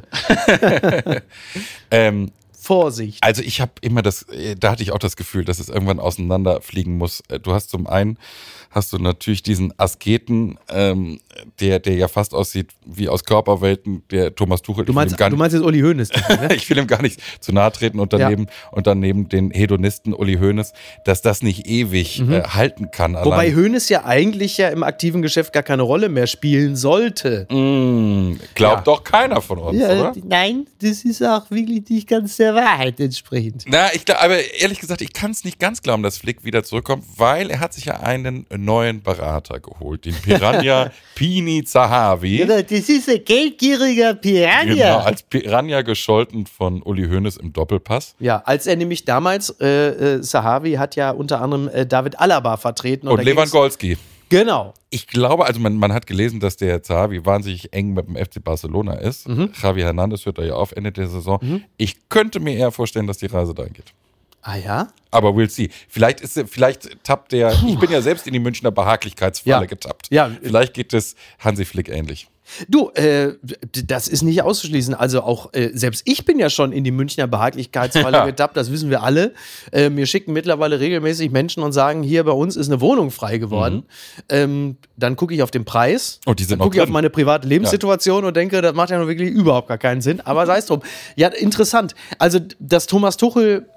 Ähm, Vorsicht. Also ich habe immer das, da hatte ich auch das Gefühl, dass es irgendwann auseinanderfliegen muss. Du hast zum einen, hast du natürlich diesen Asketen, ähm, der, der ja fast aussieht wie aus Körperwelten, der Thomas Tuchel. Du meinst, du meinst jetzt Uli Hoeneß, ne? Ich will ihm gar nicht zu nahe treten und daneben, ja. und daneben den Hedonisten Uli Hoeneß, dass das nicht ewig mhm. äh, halten kann. Wobei Hoeneß ja eigentlich ja im aktiven Geschäft gar keine Rolle mehr spielen sollte. Mm, glaubt ja. doch keiner von uns, ja, oder? Nein, das ist auch wirklich nicht ganz der Wahrheit entsprechend. Na, ich glaube, aber ehrlich gesagt, ich kann es nicht ganz glauben, dass Flick wieder zurückkommt, weil er hat sich ja einen neuen Berater geholt, den Piranha Pini Zahavi. Ja, das ist ein geldgieriger Piranha. Genau, als Piranha gescholten von Uli Hoeneß im Doppelpass. Ja, als er nämlich damals, äh, äh, Zahavi hat ja unter anderem äh, David Alaba vertreten. Und, und Lewandowski. Genau. Ich glaube, also man, man hat gelesen, dass der Zahavi wahnsinnig eng mit dem F C Barcelona ist. Mhm. Javi Hernandez hört da ja auf Ende der Saison. Mhm. Ich könnte mir eher vorstellen, dass die Reise dahin geht. Ah ja? Aber we'll see. Vielleicht ist vielleicht tappt der, Puh. ich bin ja selbst in die Münchner Behaglichkeitsfalle ja. getappt. Ja. Vielleicht geht es Hansi Flick ähnlich. Du, äh, das ist nicht auszuschließen. Also auch äh, selbst ich bin ja schon in die Münchner Behaglichkeitsfalle ja. getappt, das wissen wir alle. Äh, mir schicken mittlerweile regelmäßig Menschen und sagen, hier bei uns ist eine Wohnung frei geworden. Mhm. Ähm, dann gucke ich auf den Preis, oh, die sind dann gucke ich auf meine private Lebenssituation ja. und denke, das macht ja nun wirklich überhaupt gar keinen Sinn. Aber sei es drum. Ja, interessant. Also, dass Thomas Tuchel...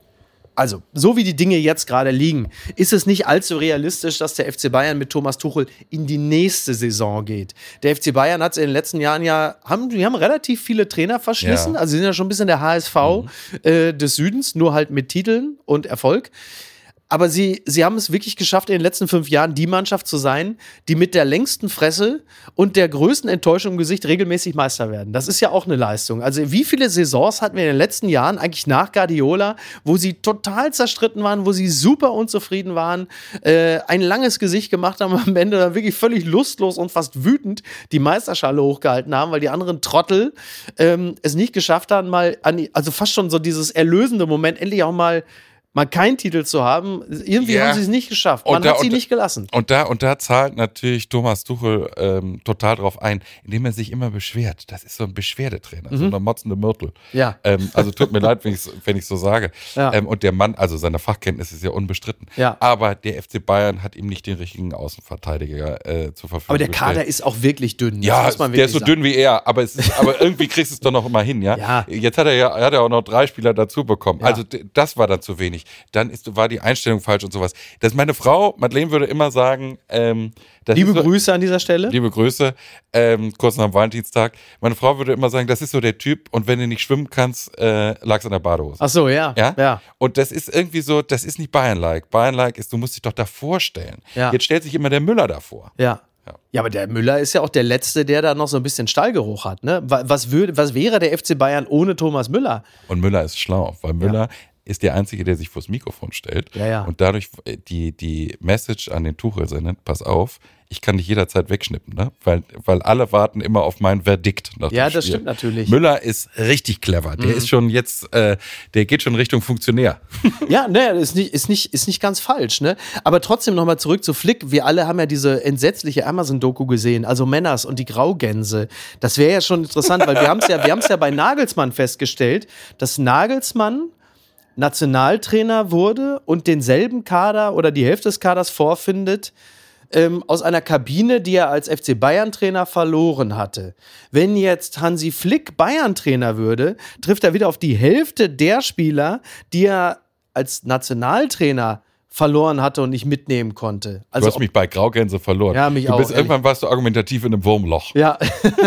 Also, so wie die Dinge jetzt gerade liegen, ist es nicht allzu realistisch, dass der F C Bayern mit Thomas Tuchel in die nächste Saison geht. Der F C Bayern hat es in den letzten Jahren ja, haben, die haben relativ viele Trainer verschlissen. Ja. Also, sie sind ja schon ein bisschen der H S V mhm. äh, des Südens, nur halt mit Titeln und Erfolg. Aber sie, sie haben es wirklich geschafft, in den letzten fünf Jahren die Mannschaft zu sein, die mit der längsten Fresse und der größten Enttäuschung im Gesicht regelmäßig Meister werden. Das ist ja auch eine Leistung. Also wie viele Saisons hatten wir in den letzten Jahren, eigentlich nach Guardiola, wo sie total zerstritten waren, wo sie super unzufrieden waren, äh, ein langes Gesicht gemacht haben, am Ende dann wirklich völlig lustlos und fast wütend die Meisterschale hochgehalten haben, weil die anderen Trottel ähm, es nicht geschafft haben, mal an, also fast schon so dieses erlösende Moment, endlich auch mal mal keinen Titel zu haben, irgendwie ja. haben sie es nicht geschafft. Man da, hat sie und, nicht gelassen. Und da, und da zahlt natürlich Thomas Tuchel ähm, total drauf ein, indem er sich immer beschwert. Das ist so ein Beschwerdetrainer, mhm. so eine motzende Myrtel. Ja. Ähm, also tut mir leid, wenn ich wenn ich so sage. Ja. Ähm, und der Mann, also seine Fachkenntnis ist ja unbestritten. Ja. Aber der F C Bayern hat ihm nicht den richtigen Außenverteidiger äh, zur Verfügung Aber der gestellt. Kader ist auch wirklich dünn. Ja, muss man der ist so sagen. dünn wie er, aber, es ist, aber irgendwie kriegst du es doch noch immer hin, ja? Ja. Jetzt hat er ja hat er auch noch drei Spieler dazu bekommen. Ja. Also d- das war dann zu wenig. Dann ist, war die Einstellung falsch und sowas. Das meine Frau, Madeleine würde immer sagen, ähm, das liebe ist so, Grüße an dieser Stelle. Liebe Grüße, ähm, kurz nach dem Valentinstag. Meine Frau würde immer sagen, das ist so der Typ und wenn du nicht schwimmen kannst, äh, lag's an der Badehose. Ach so, ja. ja. ja. Und das ist irgendwie so, das ist nicht Bayern-like. Bayern-like ist, du musst dich doch davor stellen. Ja. Jetzt stellt sich immer der Müller davor. Ja. Ja. ja, aber der Müller ist ja auch der Letzte, der da noch so ein bisschen Stallgeruch hat. Ne? Was, würde, was wäre der F C Bayern ohne Thomas Müller? Und Müller ist schlau, weil Müller ja. ist der Einzige, der sich vors Mikrofon stellt ja, ja. und dadurch die, die Message an den Tuchel sendet, pass auf, ich kann dich jederzeit wegschnippen, ne? weil, weil alle warten immer auf mein Verdikt. Nach ja, dem das Spiel. Stimmt natürlich. Müller ist richtig clever, der mhm. ist schon jetzt, äh, der geht schon Richtung Funktionär. Ja, ne, ist nicht, ist nicht, ist nicht ganz falsch, ne? Aber trotzdem nochmal zurück zu Flick. Wir alle haben ja diese entsetzliche Amazon-Doku gesehen, also Männers und die Graugänse. Das wäre ja schon interessant, weil wir haben es ja, wir haben es ja bei Nagelsmann festgestellt, dass Nagelsmann Nationaltrainer wurde und denselben Kader oder die Hälfte des Kaders vorfindet, ähm, aus einer Kabine, die er als F C Bayern-Trainer verloren hatte. Wenn jetzt Hansi Flick Bayern-Trainer würde, trifft er wieder auf die Hälfte der Spieler, die er als Nationaltrainer verloren hatte und nicht mitnehmen konnte. Also du hast mich bei Graugänse verloren. Ja, mich du auch. Bist, irgendwann warst du argumentativ in einem Wurmloch. Ja,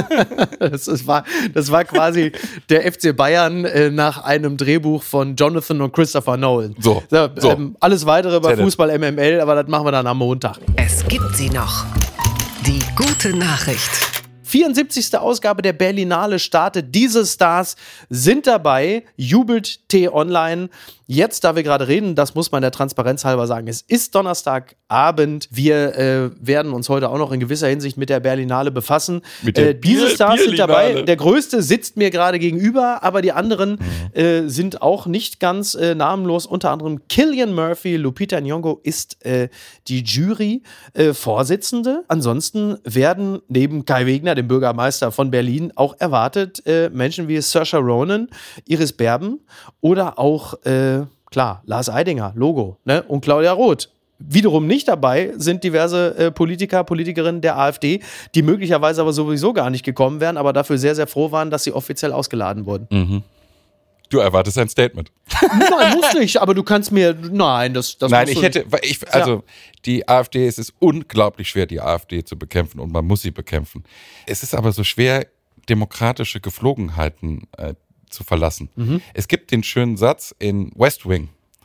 das, das, war, das war quasi der F C Bayern äh, nach einem Drehbuch von Jonathan und Christopher Nolan. So, so, so. Ähm, alles weitere bei Tennis. Fußball M M L, aber das machen wir dann am Montag. Es gibt sie noch. Die gute Nachricht. vierundsiebzigste Ausgabe der Berlinale startet. Diese Stars sind dabei. Jubelt T-Online. Jetzt, da wir gerade reden, das muss man der Transparenz halber sagen, es ist Donnerstagabend. Wir äh, werden uns heute auch noch in gewisser Hinsicht mit der Berlinale befassen. Mit der äh, diese Bier- Stars sind dabei. Bierlinale. Der Größte sitzt mir gerade gegenüber, aber die anderen mhm. äh, sind auch nicht ganz äh, namenlos. Unter anderem Cillian Murphy, Lupita Nyong'o ist äh, die Jury-Vorsitzende. Äh, Ansonsten werden neben Kai Wegner, dem Bürgermeister von Berlin, auch erwartet äh, Menschen wie Saoirse Ronan, Iris Berben oder auch äh, klar, Lars Eidinger, Logo, ne? Und Claudia Roth. Wiederum nicht dabei sind diverse äh, Politiker, Politikerinnen der AfD, die möglicherweise aber sowieso gar nicht gekommen wären, aber dafür sehr, sehr froh waren, dass sie offiziell ausgeladen wurden. Mhm. Du erwartest ein Statement. Nein, muss nicht, aber du kannst mir, nein, das, das Nein, musst ich du hätte, weil ich, also ja. die AfD, es ist unglaublich schwer, die AfD zu bekämpfen und man muss sie bekämpfen. Es ist aber so schwer, demokratische Geflogenheiten äh, zu verlassen. Mhm. Es gibt den schönen Satz in West Wing,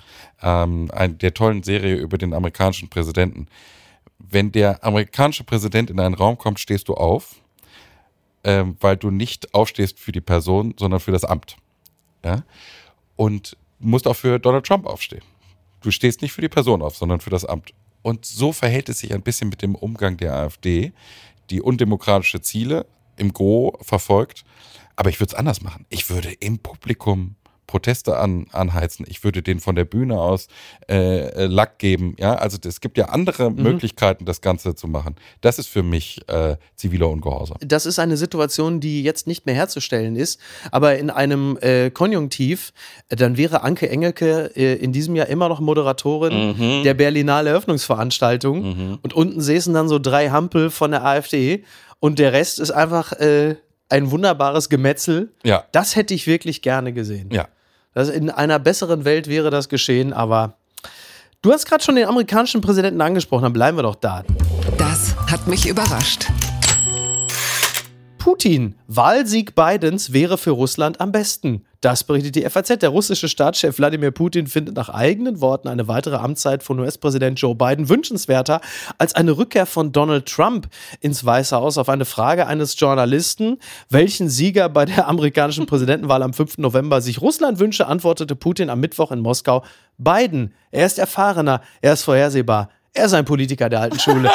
ähm, ein, der tollen Serie über den amerikanischen Präsidenten. Wenn der amerikanische Präsident in einen Raum kommt, stehst du auf, ähm, weil du nicht aufstehst für die Person, sondern für das Amt. Ja? Und musst auch für Donald Trump aufstehen. Du stehst nicht für die Person auf, sondern für das Amt. Und so verhält es sich ein bisschen mit dem Umgang der AfD, die undemokratische Ziele im Gros verfolgt. Aber ich würde es anders machen. Ich würde im Publikum Proteste an, anheizen. Ich würde denen von der Bühne aus äh, Lack geben. Ja, also es gibt ja andere mhm. Möglichkeiten, das Ganze zu machen. Das ist für mich äh, ziviler Ungehorsam. Das ist eine Situation, die jetzt nicht mehr herzustellen ist, aber in einem äh, Konjunktiv, dann wäre Anke Engelke äh, in diesem Jahr immer noch Moderatorin mhm. der Berlinale Eröffnungsveranstaltung mhm. und unten säßen dann so drei Hampel von der AfD und der Rest ist einfach äh, ein wunderbares Gemetzel. Ja. Das hätte ich wirklich gerne gesehen. Ja. Das in einer besseren Welt wäre das geschehen, aber du hast gerade schon den amerikanischen Präsidenten angesprochen, dann bleiben wir doch da. Das hat mich überrascht. Putin, Wahlsieg Bidens wäre für Russland am besten. Das berichtet die F A Z. Der russische Staatschef Wladimir Putin findet nach eigenen Worten eine weitere Amtszeit von U S-Präsident Joe Biden wünschenswerter als eine Rückkehr von Donald Trump ins Weiße Haus. Auf eine Frage eines Journalisten, welchen Sieger bei der amerikanischen Präsidentenwahl am fünften November sich Russland wünsche, antwortete Putin am Mittwoch in Moskau: Biden. Er ist erfahrener, er ist vorhersehbar. Er ist ein Politiker der alten Schule.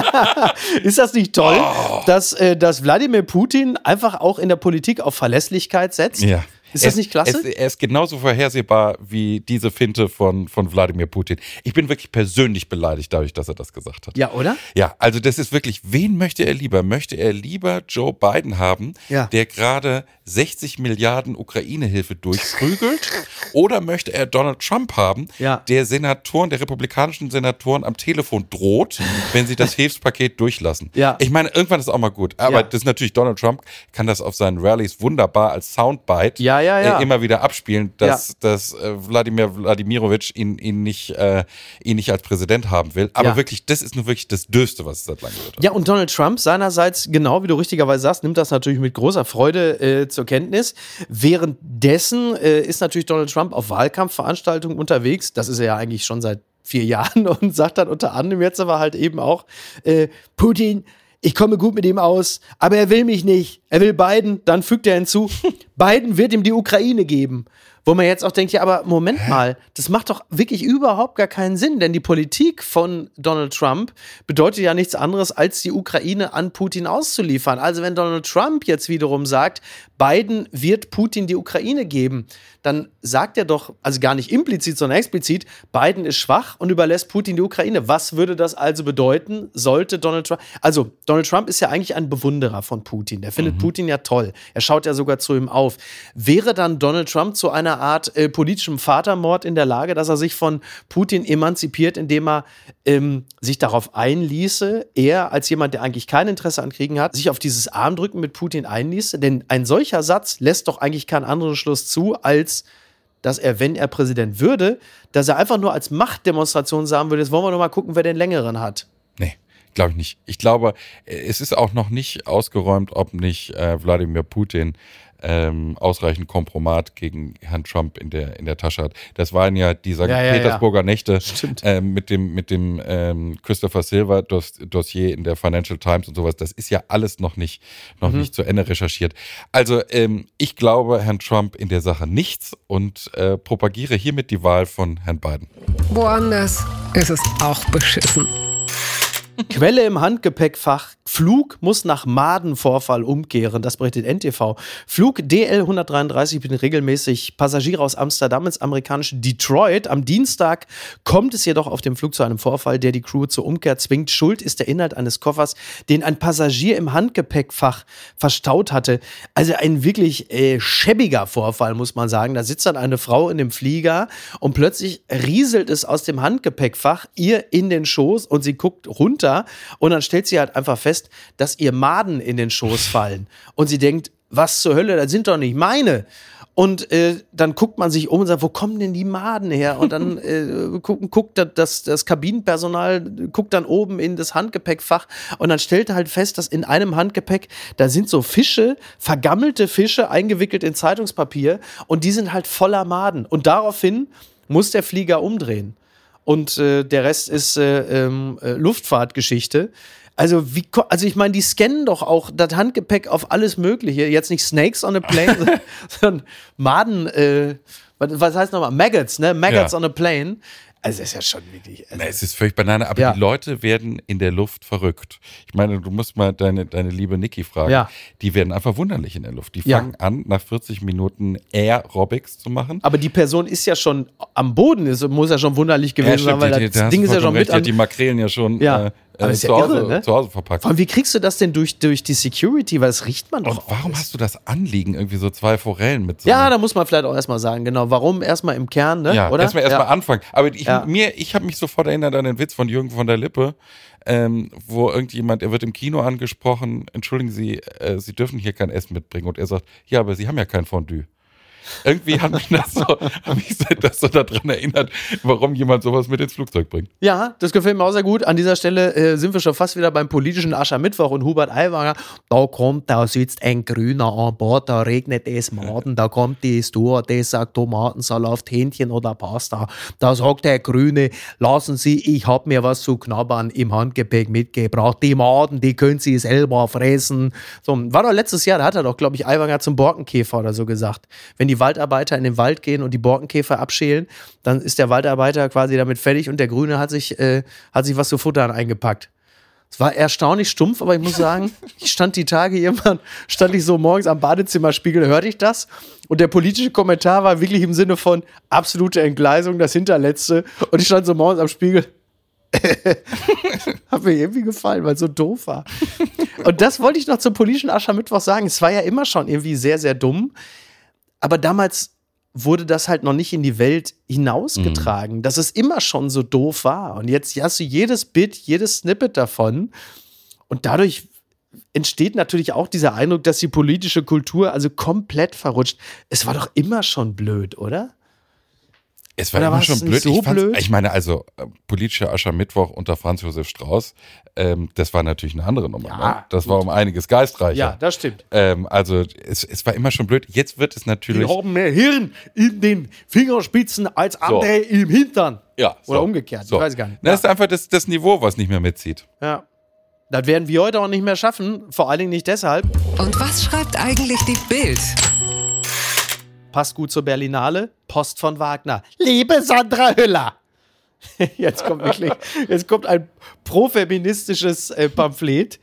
Ist das nicht toll, oh. dass, äh, dass Wladimir Putin einfach auch in der Politik auf Verlässlichkeit setzt? Ja. Ist das es, nicht klasse? Es, er ist genauso vorhersehbar wie diese Finte von, von Wladimir Putin. Ich bin wirklich persönlich beleidigt dadurch, dass er das gesagt hat. Ja, oder? Ja, also das ist wirklich, wen möchte er lieber? Möchte er lieber Joe Biden haben, ja. der gerade sechzig Milliarden Ukraine-Hilfe durchprügelt? Oder möchte er Donald Trump haben, ja. der Senatoren, der republikanischen Senatoren am Telefon droht, wenn sie das Hilfspaket durchlassen? Ja. Ich meine, irgendwann ist auch mal gut. Aber ja. das ist natürlich, Donald Trump kann das auf seinen Rallyes wunderbar als Soundbite ja, ja, ja. Äh, immer wieder abspielen, dass, ja. dass äh, Wladimir Wladimirovich ihn, ihn, nicht, äh, ihn nicht als Präsident haben will. Aber ja. wirklich, das ist nur wirklich das Dürfste, was es seit langem wird. Ja, und Donald Trump seinerseits, genau wie du richtigerweise sagst, nimmt das natürlich mit großer Freude äh, zur Kenntnis. Währenddessen äh, ist natürlich Donald Trump auf Wahlkampfveranstaltungen unterwegs. Das ist er ja eigentlich schon seit vier Jahren und sagt dann unter anderem jetzt aber halt eben auch, äh, Putin, ich komme gut mit ihm aus, aber er will mich nicht. Er will Biden, dann fügt er hinzu, Biden wird ihm die Ukraine geben. Wo man jetzt auch denkt, ja, aber Moment Hä? mal, das macht doch wirklich überhaupt gar keinen Sinn, denn die Politik von Donald Trump bedeutet ja nichts anderes, als die Ukraine an Putin auszuliefern. Also wenn Donald Trump jetzt wiederum sagt, Biden wird Putin die Ukraine geben, dann sagt er doch, also gar nicht implizit, sondern explizit, Biden ist schwach und überlässt Putin die Ukraine. Was würde das also bedeuten, sollte Donald Trump, also Donald Trump ist ja eigentlich ein Bewunderer von Putin, der findet mhm. Putin ja toll, er schaut ja sogar zu ihm auf. Wäre dann Donald Trump zu einer Art äh, politischem Vatermord in der Lage, dass er sich von Putin emanzipiert, indem er ähm, sich darauf einließe, er als jemand, der eigentlich kein Interesse an Kriegen hat, sich auf dieses Armdrücken mit Putin einließe? Denn ein solcher Satz lässt doch eigentlich keinen anderen Schluss zu, als dass er, wenn er Präsident würde, dass er einfach nur als Machtdemonstration sagen würde, jetzt wollen wir doch mal gucken, wer den längeren hat. Nee. Glaube ich nicht. Ich glaube, es ist auch noch nicht ausgeräumt, ob nicht äh, Wladimir Putin ähm, ausreichend Kompromat gegen Herrn Trump in der in der Tasche hat. Das waren ja die Sankt ja, ja, Petersburger ja. Nächte äh, mit dem mit dem ähm, Christopher Silver Dossier in der Financial Times und sowas. Das ist ja alles noch nicht noch mhm. nicht zu Ende recherchiert. Also ähm, ich glaube Herrn Trump in der Sache nichts und äh, propagiere hiermit die Wahl von Herrn Biden. Woanders ist es auch beschissen. Quelle im Handgepäckfach: Flug muss nach Maden-Vorfall umkehren. Das berichtet N T V. Flug D L hundertdreiunddreißig bringt regelmäßig Passagiere aus Amsterdam ins amerikanische Detroit. Am Dienstag kommt es jedoch auf dem Flug zu einem Vorfall, der die Crew zur Umkehr zwingt. Schuld ist der Inhalt eines Koffers, den ein Passagier im Handgepäckfach verstaut hatte. Also ein wirklich äh, schäbiger Vorfall, muss man sagen. Da sitzt dann eine Frau in dem Flieger und plötzlich rieselt es aus dem Handgepäckfach ihr in den Schoß und sie guckt runter. Und dann stellt sie halt einfach fest, dass ihr Maden in den Schoß fallen. Und sie denkt, was zur Hölle, das sind doch nicht meine. Und äh, dann guckt man sich um und sagt, wo kommen denn die Maden her? Und dann äh, guckt, guckt das, das Kabinenpersonal, guckt dann oben in das Handgepäckfach und dann stellt halt fest, dass in einem Handgepäck, da sind so Fische, vergammelte Fische, eingewickelt in Zeitungspapier und die sind halt voller Maden. Und daraufhin muss der Flieger umdrehen. Und äh, der Rest ist äh, ähm, äh, Luftfahrtgeschichte. Also, wie, also ich meine, die scannen doch auch das Handgepäck auf alles Mögliche. Jetzt nicht Snakes on a Plane, sondern Maden, äh, was heißt nochmal? Maggots, ne? Maggots ja. on a Plane. Also das ist ja schon wirklich... Also Na, es ist völlig Banane, aber Ja. die Leute werden in der Luft verrückt. Ich meine, du musst mal deine, deine liebe Niki fragen. Ja. Die werden einfach wunderlich in der Luft. Die Ja. fangen an, nach vierzig Minuten Aerobics zu machen. Aber die Person ist ja schon am Boden, ist, muss ja schon wunderlich gewesen sein, weil die, das die, Ding ist ja schon mit recht, die an... hat die Makrelen ja schon Ja. äh, Aber äh, ist ja zu, Hause, irre, ne? zu Hause verpackt. Vor allem, wie kriegst du das denn durch, durch die Security? Weil das riecht man Und doch. warum auch. hast du das Anliegen, irgendwie so zwei Forellen mit so Ja, da muss man vielleicht auch erstmal sagen, genau. Warum erstmal im Kern, ne? Ja, Oder? erstmal erstmal ja. anfangen. Aber ich, Ja. mir, ich habe mich sofort erinnert an den Witz von Jürgen von der Lippe, ähm, wo irgendjemand, er wird im Kino angesprochen, entschuldigen Sie, äh, Sie dürfen hier kein Essen mitbringen. Und er sagt, ja, aber Sie haben ja kein Fondue. Irgendwie hat mich das so, hat mich das so daran erinnert, warum jemand sowas mit ins Flugzeug bringt. Ja, das gefällt mir auch sehr gut. An dieser Stelle äh, sind wir schon fast wieder beim politischen Aschermittwoch und Hubert Aiwanger. Da kommt, da sitzt ein Grüner an Bord, da regnet es Maden, da kommt die Stewardess, sagt Tomatensalat, Hähnchen oder Pasta. Da sagt der Grüne, lassen Sie, ich hab mir was zu knabbern im Handgepäck mitgebracht. Die Maden, die können Sie selber fressen. So, war doch letztes Jahr, da hat er doch, glaube ich, Aiwanger zum Borkenkäfer oder so gesagt. Wenn die Waldarbeiter in den Wald gehen und die Borkenkäfer abschälen, dann ist der Waldarbeiter quasi damit fertig und der Grüne hat sich, äh, hat sich was zu futtern eingepackt. Es war erstaunlich stumpf, aber ich muss sagen, ich stand die Tage irgendwann, stand ich so morgens am Badezimmerspiegel, hörte ich das und der politische Kommentar war wirklich im Sinne von absolute Entgleisung, das Hinterletzte und ich stand so morgens am Spiegel. Hat mir irgendwie gefallen, weil es so doof war. Und das wollte ich noch zum politischen Aschermittwoch sagen. Es war ja immer schon irgendwie sehr, sehr dumm. Aber damals wurde das halt noch nicht in die Welt hinausgetragen, mhm. dass es immer schon so doof war. Und jetzt hast du jedes Bit, jedes Snippet davon. Und dadurch entsteht natürlich auch dieser Eindruck, dass die politische Kultur also komplett verrutscht. Es war doch immer schon blöd, oder? Es war Oder immer war schon es blöd. nicht so ich, fand's- blöd? ich meine, also äh, politischer Aschermittwoch unter Franz Josef Strauß, ähm, das war natürlich eine andere Nummer. Ja, ne? Das war um einiges geistreicher. Ja, das stimmt. Ähm, also es, es war immer schon blöd. Jetzt wird es Die natürlich. haben mehr Hirn in den Fingerspitzen als andere im Hintern. Ja, Oder so. umgekehrt, So. ich weiß gar nicht. Das ist einfach das, das Niveau, was nicht mehr mitzieht. Ja. Das werden wir heute auch nicht mehr schaffen, vor allen Dingen nicht deshalb. Und was schreibt eigentlich die Bild? Passt gut zur Berlinale. Post von Wagner. Liebe Sandra Hüller. Jetzt kommt wirklich, jetzt kommt ein profeministisches äh, Pamphlet.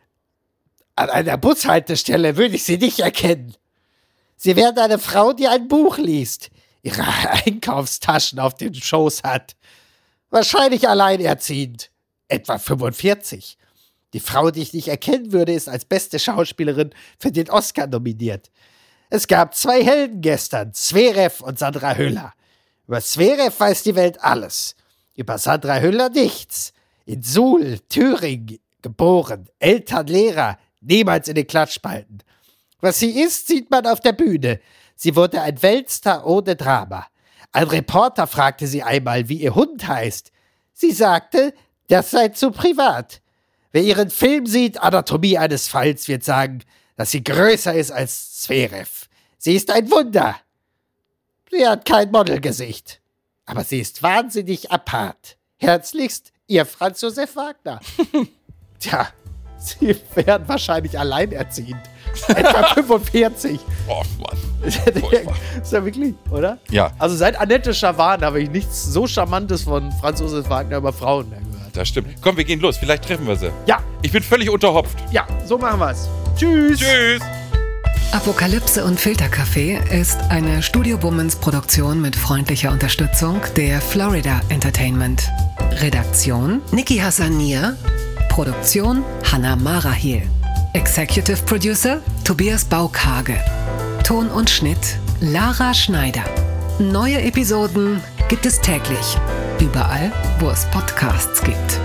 An einer Bushaltestelle würde ich Sie nicht erkennen. Sie werden eine Frau, die ein Buch liest, ihre Einkaufstaschen auf den Schoß hat. Wahrscheinlich alleinerziehend. Etwa fünfundvierzig. Die Frau, die ich nicht erkennen würde, ist als beste Schauspielerin für den Oscar nominiert. Es gab zwei Helden gestern, Zverev und Sandra Hüller. Über Zverev weiß die Welt alles. Über Sandra Hüller nichts. In Suhl, Thüringen, geboren, Eltern, Lehrer, niemals in den Klatschspalten. Was sie ist, sieht man auf der Bühne. Sie wurde ein Weltstar ohne Drama. Ein Reporter fragte sie einmal, wie ihr Hund heißt. Sie sagte, das sei zu privat. Wer ihren Film sieht, Anatomie eines Falls, wird sagen, dass sie größer ist als Zverev. Sie ist ein Wunder. Sie hat kein Modelgesicht. Aber sie ist wahnsinnig apart. Herzlichst, ihr Franz Josef Wagner. Tja, sie werden wahrscheinlich alleinerziehend. Etwa fünfundvierzig. Oh Mann. Ist ja wirklich, oder? Ja. Also seit Annette Schawan habe ich nichts so Charmantes von Franz Josef Wagner über Frauen mehr gehört. Das stimmt. Komm, wir gehen los. Vielleicht treffen wir sie. Ja, Ich bin völlig unterhopft. ja, so machen wir's. Tschüss. Tschüss. Apokalypse und Filterkaffee ist eine Studio Bummens Produktion mit freundlicher Unterstützung der Florida Entertainment. Redaktion Niki Hassania. Produktion Hanna Marahiel. Executive Producer Tobias Baukage. Ton und Schnitt Lara Schneider. Neue Episoden gibt es täglich. Überall, wo es Podcasts gibt.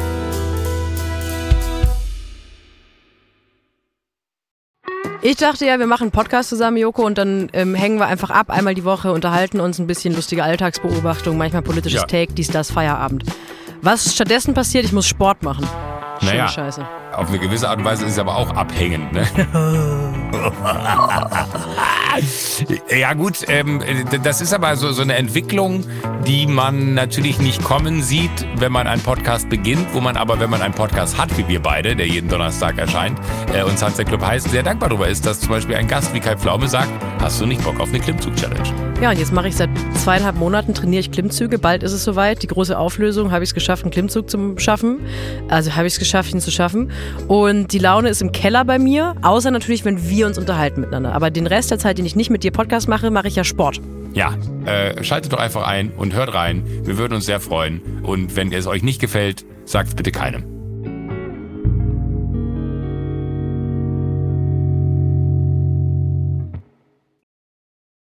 Ich dachte ja, wir machen einen Podcast zusammen, Joko, und dann ähm, hängen wir einfach ab, einmal die Woche, unterhalten uns ein bisschen lustige Alltagsbeobachtung, manchmal politisches Ja. Take, dies, das, Feierabend. Was stattdessen passiert, ich muss Sport machen. Schöne Naja. Scheiße. Auf eine gewisse Art und Weise ist es aber auch abhängend, ne? Ja gut, ähm, das ist aber so, so eine Entwicklung, die man natürlich nicht kommen sieht, wenn man einen Podcast beginnt, wo man aber, wenn man einen Podcast hat, wie wir beide, der jeden Donnerstag erscheint, äh, und Sunset Club heißt, sehr dankbar darüber ist, dass zum Beispiel ein Gast wie Kai Pflaume sagt, hast du nicht Bock auf eine Klimmzug-Challenge? Ja, und jetzt mache ich seit zweieinhalb Monaten, trainiere ich Klimmzüge, bald ist es soweit, die große Auflösung, habe ich es geschafft, einen Klimmzug zu schaffen, also habe ich es geschafft, ihn zu schaffen und die Laune ist im Keller bei mir, außer natürlich, wenn wir uns unterhalten miteinander, aber den Rest der Zeit, den ich nicht mit dir Podcast mache, mache ich ja Sport. Ja, äh, schaltet doch einfach ein und hört rein, wir würden uns sehr freuen und wenn es euch nicht gefällt, sagt es bitte keinem.